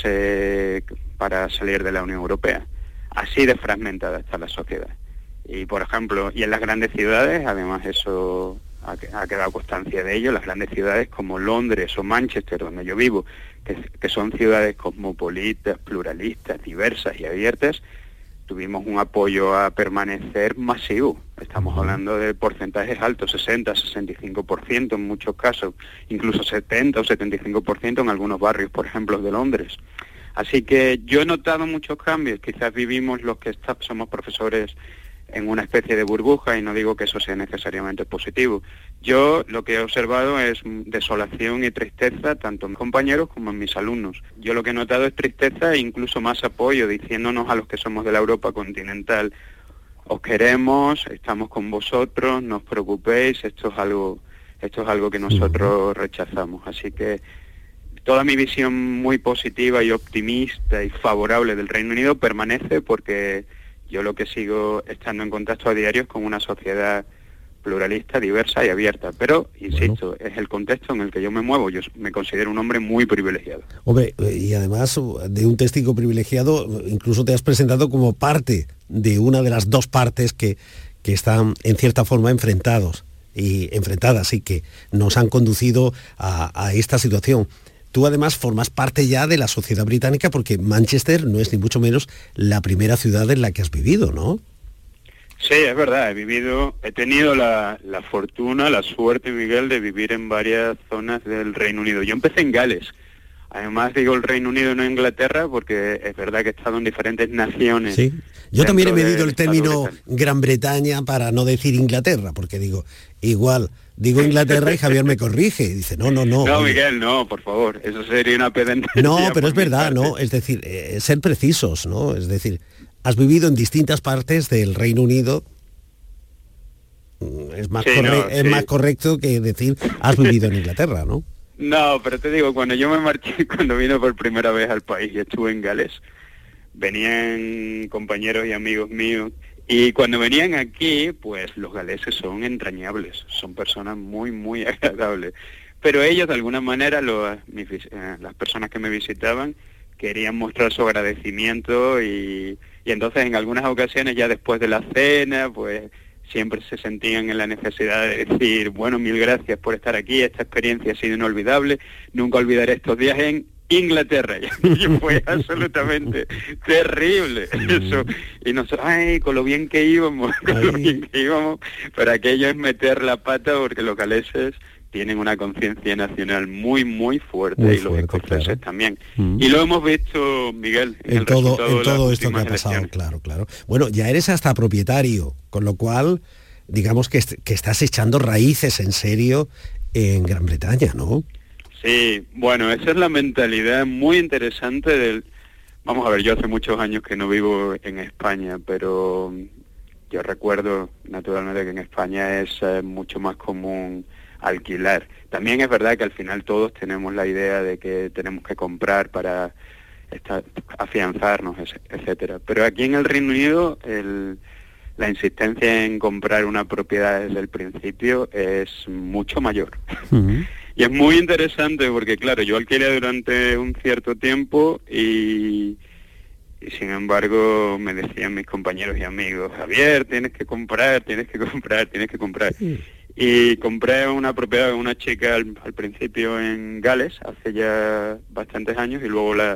votase para salir de la Unión Europea. Así de fragmentada está la sociedad. Y por ejemplo, y en las grandes ciudades, además eso ha, ha quedado constancia de ello, las grandes ciudades como Londres o Manchester, donde yo vivo, que, que son ciudades cosmopolitas, pluralistas, diversas y abiertas, tuvimos un apoyo a permanecer masivo. Estamos hablando de porcentajes altos, sesenta, sesenta y cinco por ciento en muchos casos, incluso setenta o setenta y cinco por ciento en algunos barrios, por ejemplo, de Londres. Así que yo he notado muchos cambios. Quizás vivimos los que está, somos profesores en una especie de burbuja, y no digo que eso sea necesariamente positivo. Yo lo que he observado es desolación y tristeza, tanto en mis compañeros como en mis alumnos. Yo lo que he notado es tristeza e incluso más apoyo, diciéndonos a los que somos de la Europa continental: os queremos, estamos con vosotros, no os preocupéis, esto es algo, esto es algo que nosotros rechazamos. Así que toda mi visión muy positiva y optimista y favorable del Reino Unido permanece, porque yo lo que sigo estando en contacto a diario es con una sociedad pluralista, diversa y abierta. Pero, insisto, bueno, es el contexto en el que yo me muevo. Yo me considero un hombre muy privilegiado. Hombre, y además de un testigo privilegiado, incluso te has presentado como parte de una de las dos partes que, que están en cierta forma enfrentados y enfrentadas y que nos han conducido a, a esta situación. Tú además formas parte ya de la sociedad británica, porque Manchester no es ni mucho menos la primera ciudad en la que has vivido, ¿no? Sí, es verdad, he vivido, he tenido la, la fortuna, la suerte, Miguel, de vivir en varias zonas del Reino Unido. Yo empecé en Gales. Además digo el Reino Unido, no Inglaterra, porque es verdad que he estado en diferentes naciones. Sí, yo también he medido el término Gran Bretaña para no decir Inglaterra, porque digo, igual, digo Inglaterra y Javier me corrige, y dice, no, no, no. No, oye. Miguel, no, por favor, eso sería una pedantería. No, pero es verdad, ¿no? Es decir, eh, ser precisos, ¿no? Es decir, has vivido en distintas partes del Reino Unido. Es más, sí, corre- no, sí. es más correcto que decir, has vivido en Inglaterra, ¿no? No, pero te digo, cuando yo me marché, cuando vine por primera vez al país y estuve en Gales, venían compañeros y amigos míos, y cuando venían aquí, pues los galeses son entrañables, son personas muy, muy agradables. Pero ellos, de alguna manera, los, mis, eh, las personas que me visitaban, querían mostrar su agradecimiento, y, y entonces en algunas ocasiones, ya después de la cena, pues siempre se sentían en la necesidad de decir, bueno, mil gracias por estar aquí, esta experiencia ha sido inolvidable, nunca olvidaré estos días en Inglaterra. Y fue absolutamente terrible eso. Y nosotros, ay, con lo bien que íbamos, con ay. lo bien que íbamos, pero aquello es meter la pata, porque los galeses tienen una conciencia nacional muy, muy fuerte, muy y fuerte, los escoceses claro. también. Mm. Y lo hemos visto, Miguel, en, en el todo, resultado en todo de esto que ha pasado, elecciones. claro, claro. Bueno, ya eres hasta propietario, con lo cual, digamos que, est- que estás echando raíces en serio en Gran Bretaña, ¿no? Sí, bueno, esa es la mentalidad muy interesante del... Vamos a ver, yo hace muchos años que no vivo en España, pero yo recuerdo naturalmente que en España es eh, mucho más común alquilar. También es verdad que al final todos tenemos la idea de que tenemos que comprar para estar, afianzarnos, etcétera. Pero aquí en el Reino Unido el, la insistencia en comprar una propiedad desde el principio es mucho mayor. Uh-huh. Y es muy interesante porque, claro, yo alquilé durante un cierto tiempo y, y sin embargo me decían mis compañeros y amigos, Javier, tienes que comprar, tienes que comprar, tienes que comprar. Sí. Y compré una propiedad con una chica al, al principio en Gales, hace ya bastantes años, y luego la,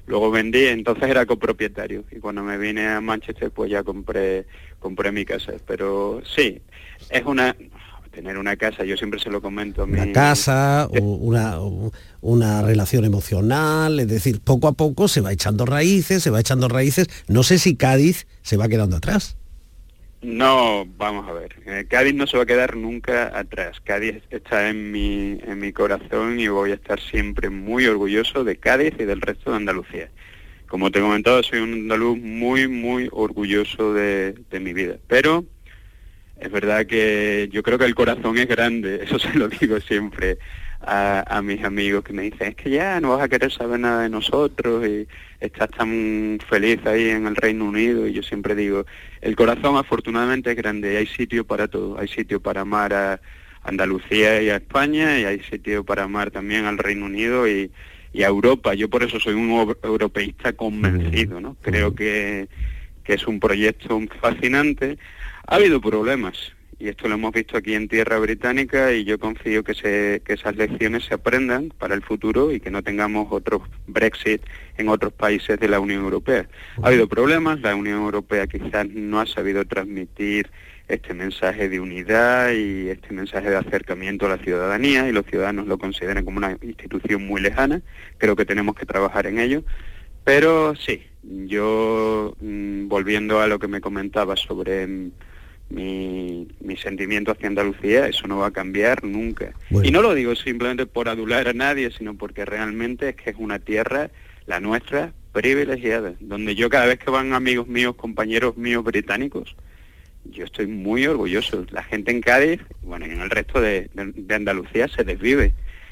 luego vendí, entonces era copropietario, y cuando me vine a Manchester pues ya compré compré mi casa. Pero sí, es una... tener una casa, yo siempre se lo comento a mí. Una casa, una, una relación emocional, es decir, poco a poco se va echando raíces, se va echando raíces. No sé si Cádiz se va quedando atrás. No, vamos a ver, eh, Cádiz no se va a quedar nunca atrás. Cádiz está en mi, en mi corazón y voy a estar siempre muy orgulloso de Cádiz y del resto de Andalucía. Como te he comentado, soy un andaluz muy, muy orgulloso de, de mi vida. Pero es verdad que yo creo que el corazón es grande, eso se lo digo siempre a, a mis amigos que me dicen, es que ya no vas a querer saber nada de nosotros y estás tan feliz ahí en el Reino Unido. Y yo siempre digo, el corazón afortunadamente es grande y hay sitio para todo, hay sitio para amar a Andalucía y a España, y hay sitio para amar también al Reino Unido y, y a Europa. Yo por eso soy un europeísta convencido, ¿no? Creo que, que es un proyecto fascinante. Ha habido problemas, y esto lo hemos visto aquí en tierra británica, y yo confío que, se, que esas lecciones se aprendan para el futuro y que no tengamos otros Brexit en otros países de la Unión Europea. Ha habido problemas, la Unión Europea quizás no ha sabido transmitir este mensaje de unidad y este mensaje de acercamiento a la ciudadanía, y los ciudadanos lo consideran como una institución muy lejana. Creo que tenemos que trabajar en ello. Pero sí, yo, mmm, volviendo a lo que me comentaba sobre mmm, mi, mi sentimiento hacia Andalucía, eso no va a cambiar nunca. Bueno. Y no lo digo simplemente por adular a nadie, sino porque realmente es que es una tierra, la nuestra, privilegiada, donde yo cada vez que van amigos míos, compañeros míos británicos, yo estoy muy orgulloso. La gente en Cádiz, bueno, y en el resto de, de, de Andalucía se desvive.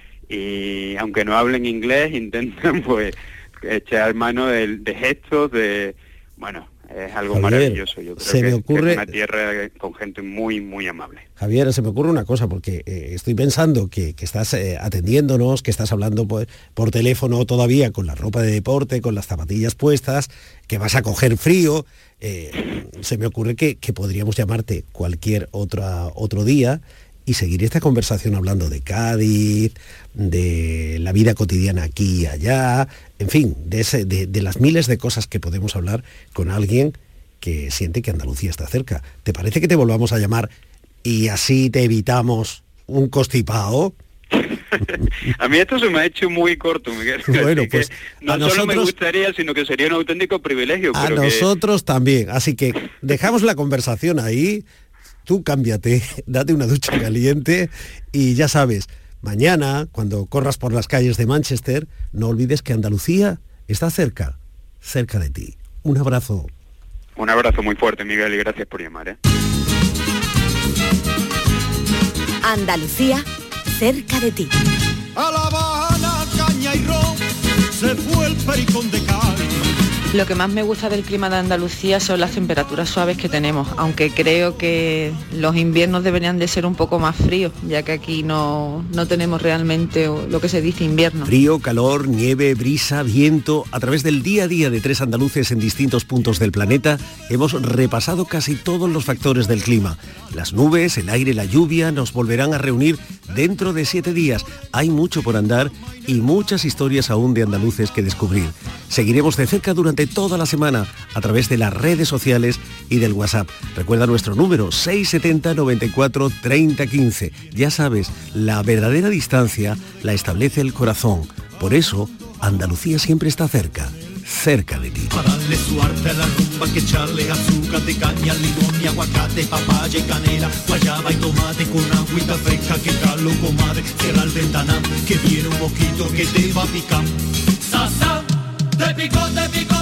Y aunque no hablen inglés, intentan pues echar mano de, de gestos, de... bueno, es algo Javier, maravilloso. Yo creo se que, me ocurre... que es una tierra con gente muy, muy amable. Javier, se me ocurre una cosa, porque eh, estoy pensando que, que estás eh, atendiéndonos, que estás hablando por, por teléfono todavía con la ropa de deporte, con las zapatillas puestas, que vas a coger frío. Eh, se me ocurre que, que podríamos llamarte cualquier otra, otro día y seguir esta conversación hablando de Cádiz, de la vida cotidiana aquí y allá, en fin, de, ese, de, de las miles de cosas que podemos hablar con alguien que siente que Andalucía está cerca. ¿Te parece que te volvamos a llamar y así te evitamos un constipado? A mí esto se me ha hecho muy corto, Miguel. Bueno, pues no solo nosotros, me gustaría, sino que sería un auténtico privilegio. A pero nosotros que... también, así que dejamos la conversación ahí. Tú cámbiate, date una ducha caliente y ya sabes, mañana, cuando corras por las calles de Manchester, no olvides que Andalucía está cerca, cerca de ti. Un abrazo. Un abrazo muy fuerte, Miguel, y gracias por llamar, ¿eh? Andalucía, cerca de ti. A La Habana, caña y ron, se fue el pericón de Cádiz. Lo que más me gusta del clima de Andalucía son las temperaturas suaves que tenemos, aunque creo que los inviernos deberían de ser un poco más fríos, ya que aquí no, no tenemos realmente lo que se dice invierno. Frío, calor, nieve, brisa, viento. A través del día a día de tres andaluces en distintos puntos del planeta, hemos repasado casi todos los factores del clima. Las nubes, el aire, la lluvia nos volverán a reunir dentro de siete días. Hay mucho por andar y muchas historias aún de andaluces que descubrir. Seguiremos de cerca durante toda la semana a través de las redes sociales y del WhatsApp. Recuerda nuestro número seis setenta, noventa y cuatro, treinta, quince. Ya sabes, la verdadera distancia la establece el corazón. Por eso, Andalucía siempre está cerca, cerca de ti. Para darle su arte a la rumba, que echarle azúcar de caña, limón y aguacate, papaya y canela, guayaba y tomate con agüita fresca, que calo, comadre, cierra el ventanal, que viene un mosquito que te va a picar. Sa, sa, te picó, te picó.